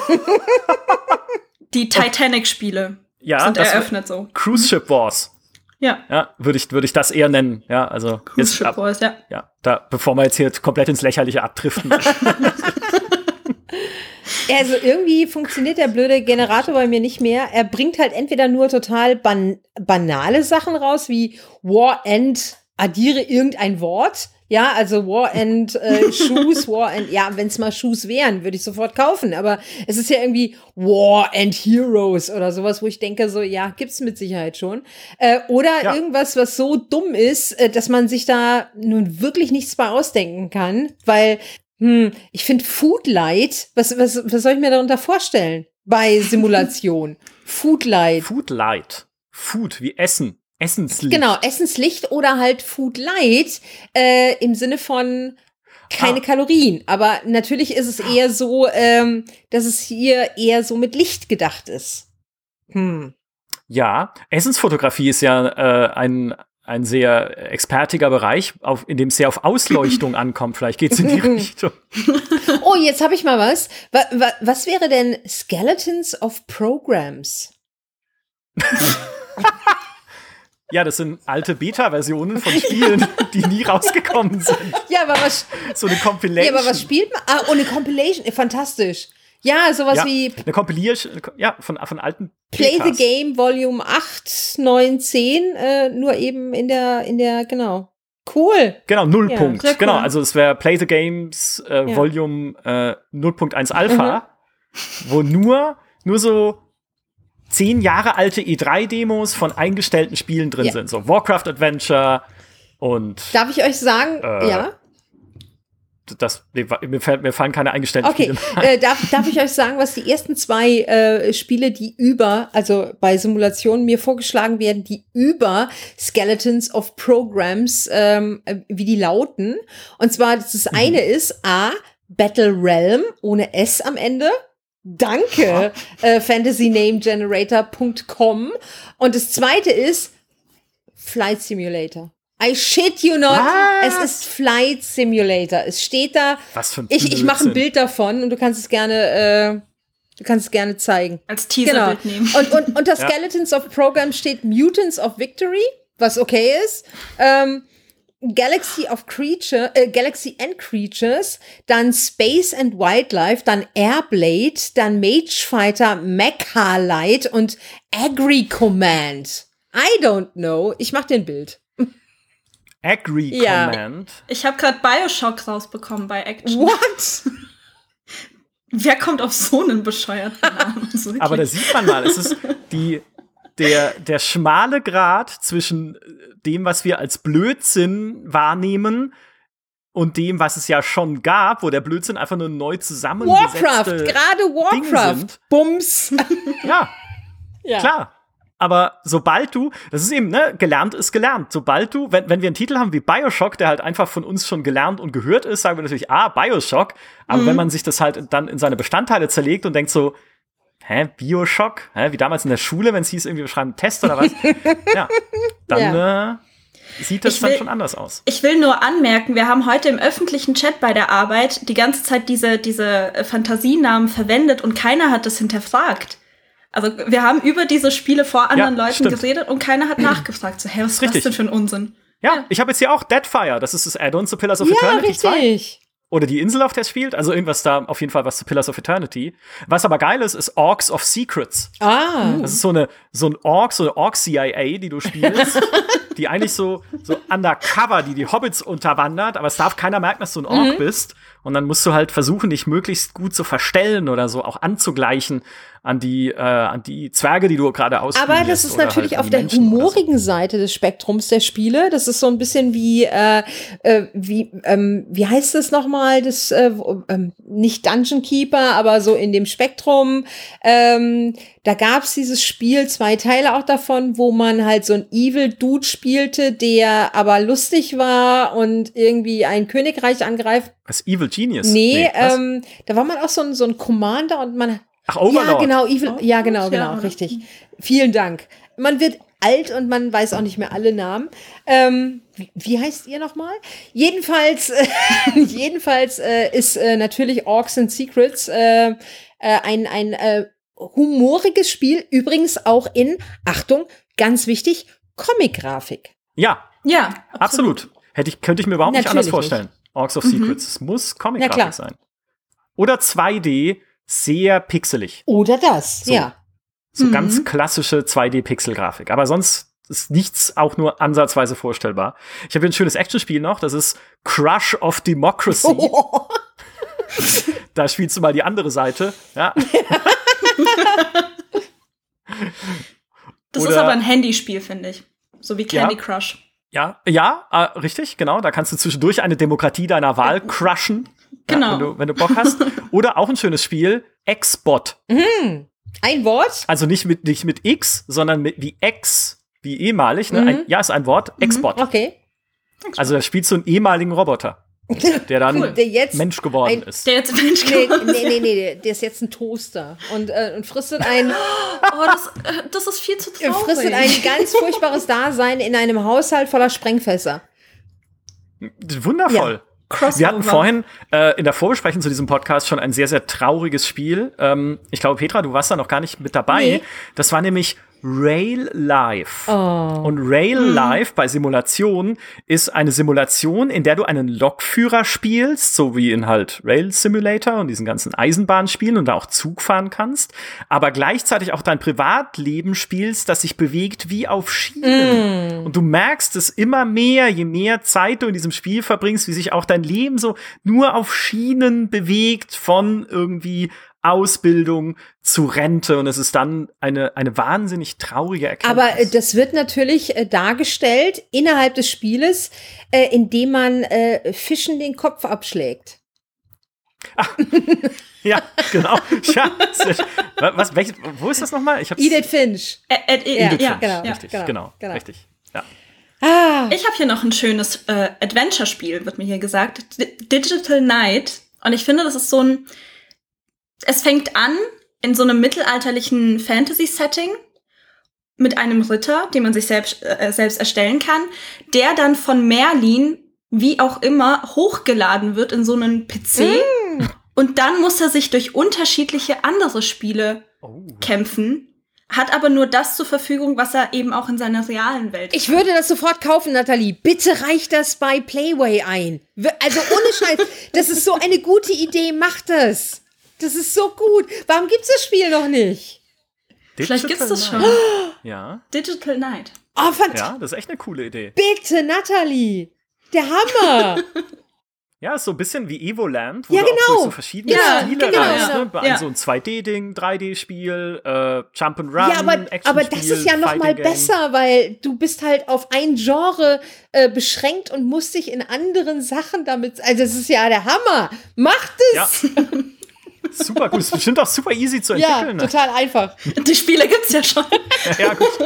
Die Titanic-Spiele Ja, sind das eröffnet so. Cruise Ship Wars. Ja, Ja, würde ich, würde ich das eher nennen. Ja, also Cruise jetzt Ship ab, Wars, ja. ja, da, bevor wir jetzt hier komplett ins Lächerliche abdriften. Also irgendwie funktioniert der blöde Generator bei mir nicht mehr. Er bringt halt entweder nur total ban- banale Sachen raus, wie War End, addiere irgendein Wort. Ja, also War and äh, Shoes, War and, ja, wenn es mal Shoes wären, würde ich sofort kaufen. Aber es ist ja irgendwie War and Heroes oder sowas, wo ich denke so, ja, gibt's mit Sicherheit schon. Äh, oder Ja. irgendwas, was so dumm ist, äh, dass man sich da nun wirklich nichts bei ausdenken kann. Weil, hm, ich finde Food Light, was, was, was soll ich mir darunter vorstellen bei Simulation? Food Light. Food Light. Food wie Essen. Essenslicht. Genau, Essenslicht oder halt Food Light äh, im Sinne von keine Ah. Kalorien. Aber natürlich ist es eher so, ähm, dass es hier eher so mit Licht gedacht ist. Hm. Ja, Essensfotografie ist ja äh, ein, ein sehr expertiger Bereich, auf, in dem es sehr auf Ausleuchtung ankommt. Vielleicht geht's in die Richtung. Oh, jetzt habe ich mal was. Wa wa was wäre denn Skeletons of Programs? Ja, das sind alte Beta-Versionen von Spielen, die nie rausgekommen sind. Ja, aber was, So eine Compilation. ja, aber was spielt man? Ah, oh, eine Compilation. Fantastisch. Ja, sowas ja, wie eine Compilation, ja, von, von alten Play Betas. the Game Volume acht, neun, zehn, äh, nur eben in der, in der, genau. Cool. Genau, Nullpunkt. sehr cool. Genau, also es wäre Play the Games äh, Ja. Volume äh, null Punkt eins Alpha, wo nur, nur so zehn Jahre alte E drei Demos von eingestellten Spielen drin Ja. sind. So Warcraft Adventure und Darf ich euch sagen, Äh, ja? das, mir, mir, fällt- mir fallen keine eingestellten Okay, Spiele mehr ein. äh, darf, darf ich euch sagen, was die ersten zwei äh, Spiele, die über, also bei Simulationen mir vorgeschlagen werden, die über Skeletons of Programs, ähm, äh, wie die lauten. Und zwar, das, das eine ist A, Battle Realm, ohne S am Ende. Danke, äh, fantasy name generator punkt com. Und das zweite ist Flight Simulator. I shit you not. Was? Es ist Flight Simulator. Es steht da. Was für ein Ich, ich mache ein Blödsinn. Bild davon und du kannst es gerne, äh, du kannst es gerne zeigen. Als Genau. Teaserbild nehmen. Und, und, unter Ja. Skeletons of Program steht Mutants of Victory, was okay ist. Ähm, Galaxy of Creature, äh, Galaxy and Creatures, dann Space and Wildlife, dann Airblade, dann Mage Fighter, Mecha Light und Agri Command. I don't know. Ich mach dir ein Bild. Agri Ja. Command. Ich habe gerade Bioshock rausbekommen bei Action. What? Wer kommt auf so einen bescheuerten Namen? Also wirklich. Aber da sieht man mal, es ist die, der, der schmale Grat zwischen dem, was wir als Blödsinn wahrnehmen und dem, was es ja schon gab, wo der Blödsinn einfach nur neu zusammengesetzte Warcraft, gerade Dinge Warcraft. sind. Bums. Ja, Ja. klar. Aber sobald du, das ist eben, ne, gelernt ist gelernt. Sobald du, wenn, wenn wir einen Titel haben wie Bioshock, der halt einfach von uns schon gelernt und gehört ist, sagen wir natürlich, ah, Bioshock. Aber Mhm. wenn man sich das halt dann in seine Bestandteile zerlegt und denkt so, hä, Bioshock? Hä, wie damals in der Schule, wenn es hieß, irgendwie wir schreiben einen Test oder was? Ja, dann äh, sieht das Ich dann will- schon anders aus. Ich will nur anmerken, wir haben heute im öffentlichen Chat bei der Arbeit die ganze Zeit diese, diese äh, Fantasienamen verwendet und keiner hat das hinterfragt. Also wir haben über diese Spiele vor anderen Ja, Leuten stimmt. geredet und keiner hat nachgefragt. So, hä, was ist das Richtig. denn für ein Unsinn? Ja, ich habe jetzt hier auch Deadfire, das ist das Add-on zu Pillars of Ja, Eternity zwei. richtig. Oder die Insel, auf der es spielt. Also irgendwas da, auf jeden Fall was zu Pillars of Eternity. Was aber geil ist, ist Orcs of Secrets. Ah. Das ist so eine, so ein Orc, so eine Orc-C I A, die du spielst, die eigentlich so, so undercover, die die Hobbits unterwandert, aber es darf keiner merken, dass du ein Orc bist. Und dann musst du halt versuchen, dich möglichst gut zu verstellen oder so auch anzugleichen an die, äh, an die Zwerge, die du gerade ausspielst. Aber das ist natürlich auf der humorigen Seite des Spektrums der Spiele. Das ist so ein bisschen wie, äh, äh, wie, ähm, wie heißt das nochmal? Das, äh, wo- ähm, nicht Dungeon Keeper, aber so in dem Spektrum. Ähm, da gab's dieses Spiel, zwei Teile auch davon, wo man halt so ein Evil Dude spielte, der aber lustig war und irgendwie ein Königreich angreift. Das Evil Genius. Nee, was? ähm, da war man auch so ein, so ein Commander und man Ach, Overlord. ja, genau, Evil, ja, genau, ja, genau, oder? richtig. Vielen Dank. Man wird alt und man weiß auch nicht mehr alle Namen. Ähm, wie, wie heißt ihr nochmal? Jedenfalls, äh, jedenfalls äh, ist äh, natürlich Orcs and Secrets äh, äh, ein, ein äh, humoriges Spiel, übrigens auch in, Achtung, ganz wichtig, Comic-Grafik. Ja, Ja, absolut. Hätte ich, könnte ich mir überhaupt nicht Natürlich anders vorstellen. Orcs of Secrets. Es muss Na klar. Comic-Grafik sein. Oder zwei D sehr pixelig. Oder das, So. ja. So Mhm. ganz klassische zwei D-Pixel-Grafik. Aber sonst ist nichts auch nur ansatzweise vorstellbar. Ich habe hier ein schönes Actionspiel noch, das ist Crush of Democracy. Oh. Da spielst du mal die andere Seite. Ja. Das Oder- ist aber ein Handyspiel, finde ich. So wie Candy Ja. Crush. Ja, ja, äh, richtig, genau. Da kannst du zwischendurch eine Demokratie deiner Wahl crushen. Genau. Ja, wenn, du, wenn du Bock hast. Oder auch ein schönes Spiel, X-Bot. Ein Wort? Also nicht mit, nicht mit X, sondern mit wie X, wie ehemalig. Ne? Mhm. Ein, ja, ist ein Wort, X-Bot. Okay. Also da spielst du einen ehemaligen Roboter, der dann Cool. Der jetzt Mensch geworden ein- ist. Der jetzt Mensch Nee, geworden nee, nee, nee, der ist jetzt ein Toaster und, äh, und fristet ein, Oh, das, äh, das ist viel zu traurig. fristet ein ganz furchtbares Dasein in einem Haushalt voller Sprengfässer. Wundervoll. Crossover. Wir hatten vorhin äh, in der Vorbesprechung zu diesem Podcast schon ein sehr, sehr trauriges Spiel. Ähm, ich glaube, Petra, du warst da noch gar nicht mit dabei. Nee. Das war nämlich Rail Life. Oh. Und Rail Life bei Simulationen ist eine Simulation, in der du einen Lokführer spielst, so wie in halt Rail Simulator und diesen ganzen Eisenbahnspielen und da auch Zug fahren kannst, aber gleichzeitig auch dein Privatleben spielst, das sich bewegt wie auf Schienen. Und du merkst es immer mehr, je mehr Zeit du in diesem Spiel verbringst, wie sich auch dein Leben so nur auf Schienen bewegt von irgendwie Ausbildung zu Rente. Und es ist dann eine, eine wahnsinnig traurige Erkenntnis. Aber äh, das wird natürlich äh, dargestellt innerhalb des Spieles, äh, indem man äh, Fischen den Kopf abschlägt. Ja, genau. Ja, sehr schön. was, welches, wo ist das nochmal? Ich hab's Edith Finch. Äh, äh, Ja, ja, ja, genau. ja. Richtig, genau, genau, genau. richtig. Ja. Ah, Ich habe hier noch ein schönes äh, Adventure-Spiel, wird mir hier gesagt. D Digital Knight. Und ich finde, das ist so ein. Es fängt an in so einem mittelalterlichen Fantasy-Setting mit einem Ritter, den man sich selbst, äh, selbst erstellen kann, der dann von Merlin, wie auch immer, hochgeladen wird in so einen P C. Mm. Und dann muss er sich durch unterschiedliche andere Spiele Oh. kämpfen, hat aber nur das zur Verfügung, was er eben auch in seiner realen Welt ich würde das sofort kaufen, Nathalie. Bitte reich das bei Playway ein. Wir- Also ohne Scheiß, das ist so eine gute Idee, mach das. Das ist so gut. Warum gibt's das Spiel noch nicht? Vielleicht gibt's das schon. Ja, Digital Knight. Oh, fantastisch. ja, das ist echt eine coole Idee. Bitte, Nathalie. Der Hammer. Ja, ist so ein bisschen wie Evoland, wo Ja, du auch genau. durch so verschiedene Ja, Stile genau, reist. ja. Ne? Bei Ja. so ein zwei D-Ding, drei D-Spiel, äh, Jump'n'Run, Ja, aber, Actionspiel, aber das ist ja noch mal Fighting Game. besser, weil du bist halt auf ein Genre äh, beschränkt und musst dich in anderen Sachen damit. Also das ist ja der Hammer. Macht es! Ja. Super gut. Ist bestimmt auch super easy zu Ja, entwickeln. ne? total einfach. Die Spiele gibt's ja schon. Ja, gut.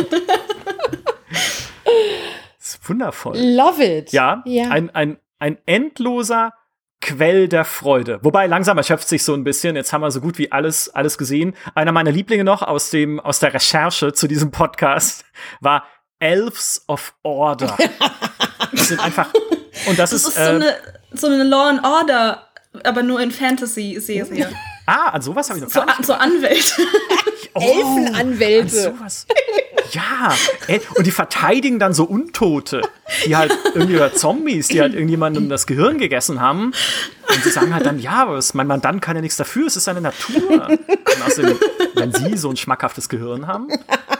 Das ist wundervoll. Love it. Ja, ja. Ein, ein, ein endloser Quell der Freude. Wobei langsam erschöpft sich so ein bisschen. Jetzt haben wir so gut wie alles, alles gesehen. Einer meiner Lieblinge noch aus dem, aus der Recherche zu diesem Podcast war Elves of Order. Das sind einfach, und das, Das ist, ist so äh, eine, so eine Law and Order, aber nur in Fantasy-Serie. ah, an sowas habe ich noch So, gar nicht. so Anwälte. Oh, Elfenanwälte. an sowas. Ja, ey, und die verteidigen dann so Untote, die halt irgendwie oder Zombies, die halt irgendjemandem das Gehirn gegessen haben. Und sie sagen halt dann, ja, aber es, mein Mandant kann ja nichts dafür, es ist seine Natur. Und außerdem, wenn sie so ein schmackhaftes Gehirn haben.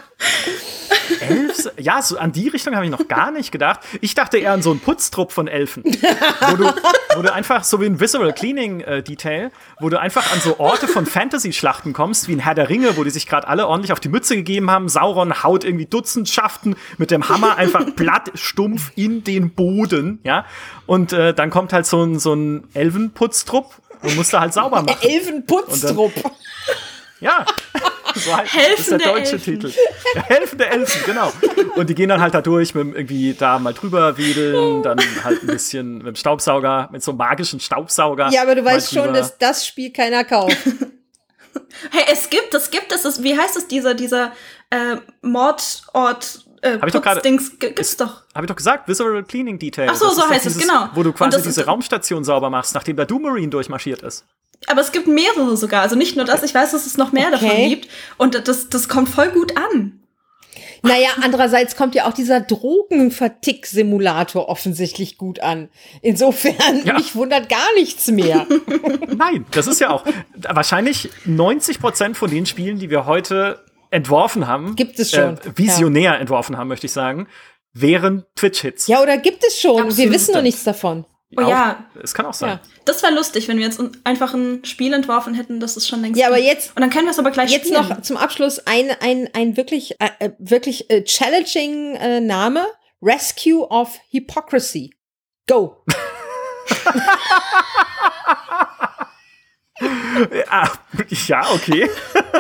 Elf, ja, so an die Richtung habe ich noch gar nicht gedacht. Ich dachte eher an so einen Putztrupp von Elfen. Wo du, wo du einfach, so wie ein Visceral Cleaning äh, Detail, wo du einfach an so Orte von Fantasy-Schlachten kommst, wie in Herr der Ringe, wo die sich gerade alle ordentlich auf die Mütze gegeben haben. Sauron haut irgendwie Dutzendschaften mit dem Hammer einfach platt, stumpf in den Boden, ja. Und äh, dann kommt halt so ein, so ein Elfenputztrupp und musst da halt sauber machen. Elfenputztrupp. Ja, so halt, das ist der Helfende deutsche Elfen. Titel. Ja, helfende Elfen, genau. Und die gehen dann halt da durch mit dem irgendwie da mal drüber wedeln, dann halt ein bisschen mit dem Staubsauger, mit so einem magischen Staubsauger. Ja, aber du mal weißt schon, drüber. dass das Spiel keiner kauft. Hey, es gibt, es gibt, es ist, wie heißt es, dieser, dieser äh, Mordort, äh, Hab ich doch gerade- Putzdings, g- gibt's doch. Habe ich doch gesagt, Visual Cleaning Detail. Ach so, Das so ist doch heißt es, dieses, genau. Wo du Und quasi das diese ist- Raumstation sauber machst, nachdem der Doom Marine durchmarschiert ist. Aber es gibt mehrere sogar, also nicht nur das, ich weiß, dass es noch mehr davon Okay. gibt. Und das, das kommt voll gut an. Naja, andererseits kommt ja auch dieser Drogenvertick-Simulator offensichtlich gut an. Insofern, Ja. mich wundert gar nichts mehr. Nein, das ist ja auch wahrscheinlich neunzig Prozent von den Spielen, die wir heute entworfen haben, Gibt es schon. Äh, visionär ja. entworfen haben, möchte ich sagen, wären Twitch-Hits. Ja, oder gibt es schon? Absolut. Wir wissen noch nichts davon. Oh Auch, ja. Es kann auch sein. Ja. Das wäre lustig, wenn wir jetzt einfach ein Spiel entworfen hätten, das ist schon längst. Ja, aber gibt. jetzt- Und dann können wir es aber gleich Jetzt spielen. noch zum Abschluss ein, ein, ein wirklich, äh, äh, wirklich äh, challenging äh, Name. Rescue of Hypocrisy. Go. Ah, ja, okay.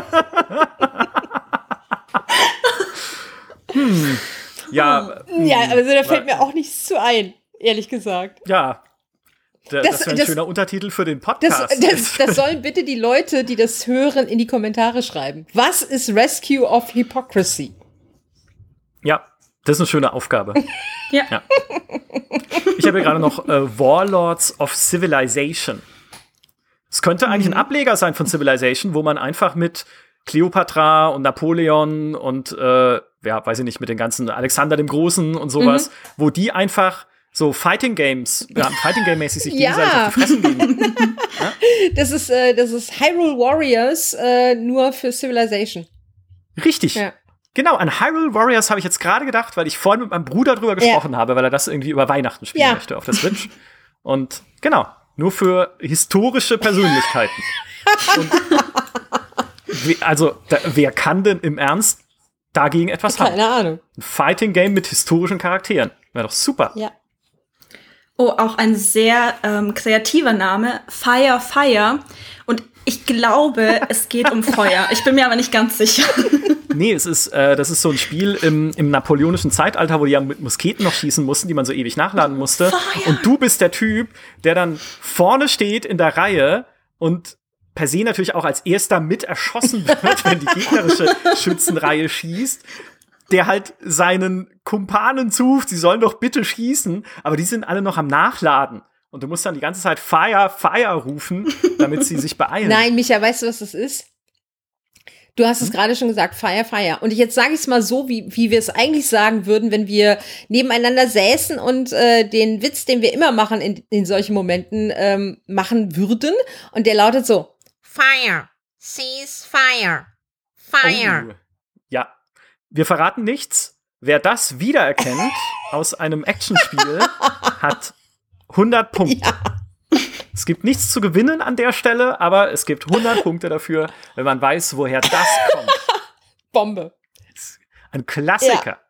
hm. Ja, Ja, also da fällt Wa- mir auch nichts zu ein, ehrlich gesagt. ja. Da- Das- Das, wäre ein das- schöner Untertitel für den Das, Podcast. das, das sollen bitte die Leute, die das hören, in die Kommentare schreiben. Was ist Rescue of Hypocrisy? Ja, das ist eine schöne Aufgabe. Ja. Ja. Ich habe hier gerade noch äh, Warlords of Civilization. Es könnte eigentlich ein Ableger sein von Civilization, wo man einfach mit Kleopatra und Napoleon und, äh, ja, weiß ich nicht, mit den ganzen Alexander dem Großen und sowas, wo die einfach so Fighting Games, ja, Fighting Game-mäßig sich Ja. gegenseitig auf die Fressen geben. Das ist, äh, das ist Hyrule Warriors, äh, nur für Civilization. Richtig. Ja. Genau, an Hyrule Warriors habe ich jetzt gerade gedacht, weil ich vorhin mit meinem Bruder drüber gesprochen habe, weil er das irgendwie über Weihnachten spielen Ja. möchte auf der Switch. Und genau, nur für historische Persönlichkeiten. Und wie, also, da, wer kann denn im Ernst dagegen etwas haben? Keine Ahnung. Ein Fighting Game mit historischen Charakteren. Wäre doch super. Ja. Oh, auch ein sehr ähm, kreativer Name. Fire, Fire. Und ich glaube, es geht um Feuer. Ich bin mir aber nicht ganz sicher. Nee, es ist, äh, das ist so ein Spiel im, im napoleonischen Zeitalter, wo die ja mit Musketen noch schießen mussten, die man so ewig nachladen musste. Feuer. Und du bist der Typ, der dann vorne steht in der Reihe und per se natürlich auch als erster mit erschossen wird, wenn die gegnerische Schützenreihe schießt, der halt seinen Kumpanen zuruft, sie sollen doch bitte schießen, aber die sind alle noch am Nachladen. Und du musst dann die ganze Zeit Fire, Fire rufen, damit sie sich beeilen. Nein, Micha, weißt du, was das ist? Du hast es gerade schon gesagt, Fire, Fire. Und jetzt sage ich es mal so, wie, wie wir es eigentlich sagen würden, wenn wir nebeneinander säßen und äh, den Witz, den wir immer machen in, in solchen Momenten, ähm, machen würden. Und der lautet so: Fire, cease fire, fire. Oh. Ja, wir verraten nichts. Wer das wiedererkennt aus einem Actionspiel, hat hundert Punkte. Ja. Es gibt nichts zu gewinnen an der Stelle, aber es gibt hundert Punkte dafür, wenn man weiß, woher das kommt. Bombe. Ein Klassiker.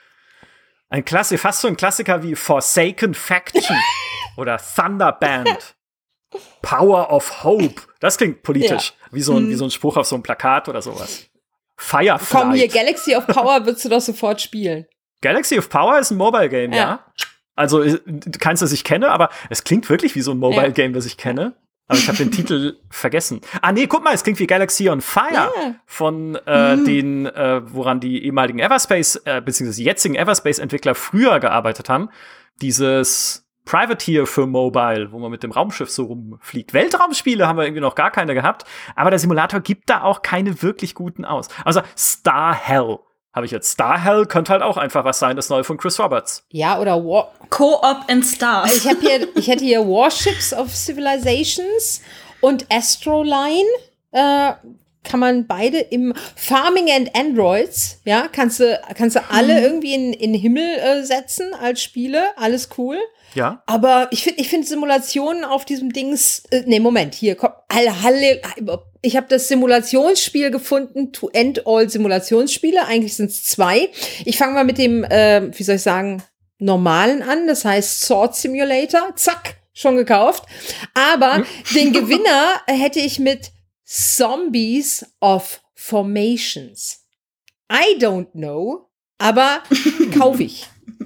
Ein Klassiker, fast so ein Klassiker wie Forsaken Faction oder Thunderband. Power of Hope. Das klingt politisch. Wie so ein, wie so ein Spruch auf so einem Plakat oder sowas. Fireflight. Komm, hier, Galaxy of Power würdest du doch sofort spielen. Galaxy of Power ist ein Mobile Game, ja. Ja. Also keins, das ich kenne, aber es klingt wirklich wie so ein Mobile Game, das ich kenne. Aber ich habe den Titel vergessen. Ah, nee, guck mal, es klingt wie Galaxy on Fire Ja. von äh, den, äh, woran die ehemaligen Everspace, äh, beziehungsweise jetzigen Everspace-Entwickler früher gearbeitet haben. Dieses Privateer für Mobile, wo man mit dem Raumschiff so rumfliegt. Weltraumspiele haben wir irgendwie noch gar keine gehabt, aber der Simulator gibt da auch keine wirklich guten aus. Also Star Hell habe ich jetzt. Star Hell könnte halt auch einfach was sein, das neue von Chris Roberts. Ja, oder War. Co-op and Stars. Ich habe hier, ich hätte hier Warships of Civilizations und Astroline. Äh, kann man beide im Farming and Androids, ja, kannst du, kannst du alle irgendwie in, in den Himmel äh, setzen als Spiele, alles cool. Ja. Aber ich finde, ich finde Simulationen auf diesem Dings, äh, nee, Moment, hier, komm, alle, alle, ich habe das Simulationsspiel gefunden, To End All Simulationsspiele, eigentlich sind es zwei. Ich fange mal mit dem, äh, wie soll ich sagen, normalen an, das heißt Sword Simulator, zack, schon gekauft. Aber den Gewinner hätte ich mit Zombies of Formations. I don't know, aber kaufe ich.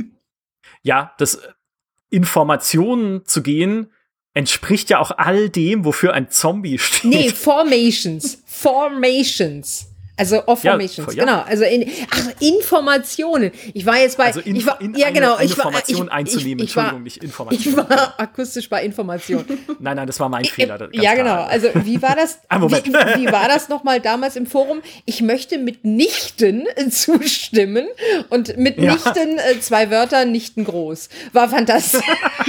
Ja, das Informationen zu gehen entspricht ja auch all dem, wofür ein Zombie steht. Nee, Formations. Formations. Also Informations, ja, ja. genau. Also in, ach, Informationen. Ich war jetzt bei, also in, ich war, in ja eine, genau, eine ich war, Information ich, einzunehmen, ich, ich war, Entschuldigung, nicht Information. Ich war akustisch bei Information. Nein, nein, das war mein Fehler. Ganz Ja, genau. klar. Also wie war das? Ein Moment. Wie, wie war das nochmal damals im Forum? Ich möchte mitnichten zustimmen und mitnichten ja. äh, zwei Wörter, nichten groß. War fantastisch.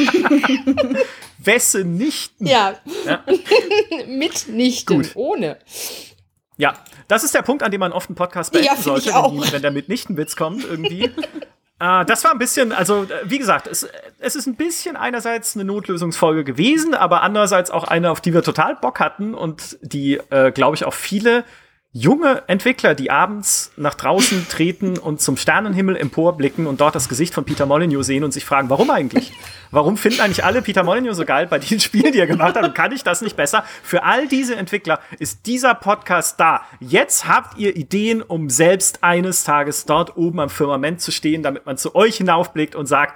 Wesse nichten? Ja. ja. Mitnichten, Gut. ohne. Ja, das ist der Punkt, an dem man oft einen Podcast beenden Ja, sollte, ich auch. wenn, wenn der Mitnichten-Witz kommt irgendwie. äh, das war ein bisschen, also wie gesagt, es, es ist ein bisschen einerseits eine Notlösungsfolge gewesen, aber andererseits auch eine, auf die wir total Bock hatten und die, äh, glaube ich, auch viele junge Entwickler, die abends nach draußen treten und zum Sternenhimmel emporblicken und dort das Gesicht von Peter Molyneux sehen und sich fragen, warum eigentlich? Warum finden eigentlich alle Peter Molyneux so geil bei den Spielen, die er gemacht hat? Und kann ich das nicht besser? Für all diese Entwickler ist dieser Podcast da. Jetzt habt ihr Ideen, um selbst eines Tages dort oben am Firmament zu stehen, damit man zu euch hinaufblickt und sagt,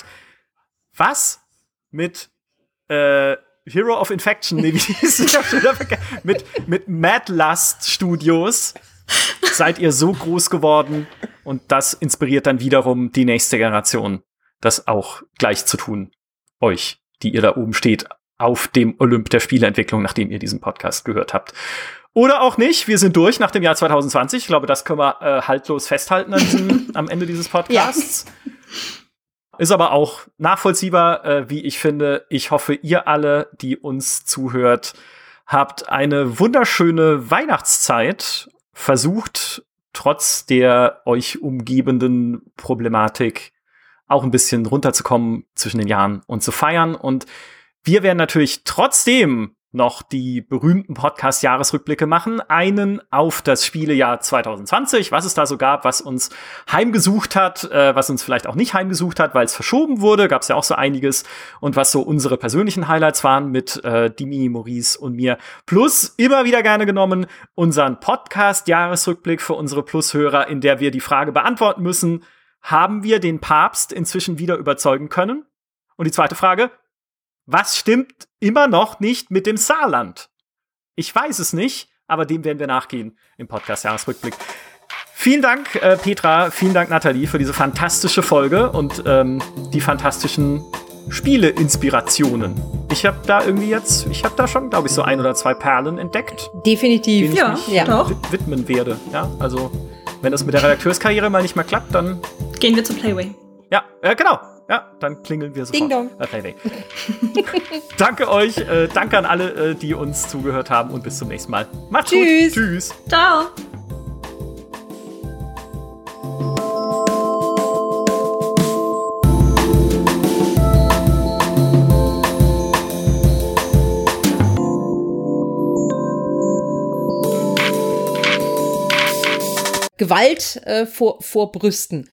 was mit äh, Hero of Infection, nee, wie hieß es? mit, mit Mad Lust Studios seid ihr so groß geworden und das inspiriert dann wiederum die nächste Generation, das auch gleich zu tun. Euch, die ihr da oben steht, auf dem Olymp der Spieleentwicklung, nachdem ihr diesen Podcast gehört habt. Oder auch nicht, wir sind durch nach dem Jahr zwanzig zwanzig. Ich glaube, das können wir äh, haltlos festhalten an diesem, am Ende dieses Podcasts. Ja. Ist aber auch nachvollziehbar, äh, wie ich finde. Ich hoffe, ihr alle, die uns zuhört, habt eine wunderschöne Weihnachtszeit. Versucht, trotz der euch umgebenden Problematik auch ein bisschen runterzukommen zwischen den Jahren und zu feiern. Und wir werden natürlich trotzdem noch die berühmten Podcast-Jahresrückblicke machen. Einen auf das Spielejahr zwanzig zwanzig, was es da so gab, was uns heimgesucht hat, äh, was uns vielleicht auch nicht heimgesucht hat, weil es verschoben wurde, gab es ja auch so einiges. Und was so unsere persönlichen Highlights waren mit äh, Dimi, Maurice und mir. Plus, immer wieder gerne genommen, unseren Podcast-Jahresrückblick für unsere Plushörer, in der wir die Frage beantworten müssen, haben wir den Papst inzwischen wieder überzeugen können? Und die zweite Frage, was stimmt immer noch nicht mit dem Saarland? Ich weiß es nicht, aber dem werden wir nachgehen im Podcast-Jahresrückblick. Vielen Dank, äh, Petra, vielen Dank, Nathalie, für diese fantastische Folge und ähm, die fantastischen Spiele-Inspirationen. Ich habe da irgendwie jetzt, ich habe da schon, glaube ich, so ein oder zwei Perlen entdeckt. Definitiv, denen ich ja, mich ja. Doch. widmen werde. Ja, also, wenn das mit der Redakteurskarriere mal nicht mehr klappt, dann gehen wir zu Playway. Ja, äh, genau. Ja, dann klingeln wir sofort. Ding dong. Okay, danke euch, äh, danke an alle, äh, die uns zugehört haben und bis zum nächsten Mal. Macht's Tschüss. gut. Tschüss. Ciao. Gewalt äh, vor, vor Brüsten.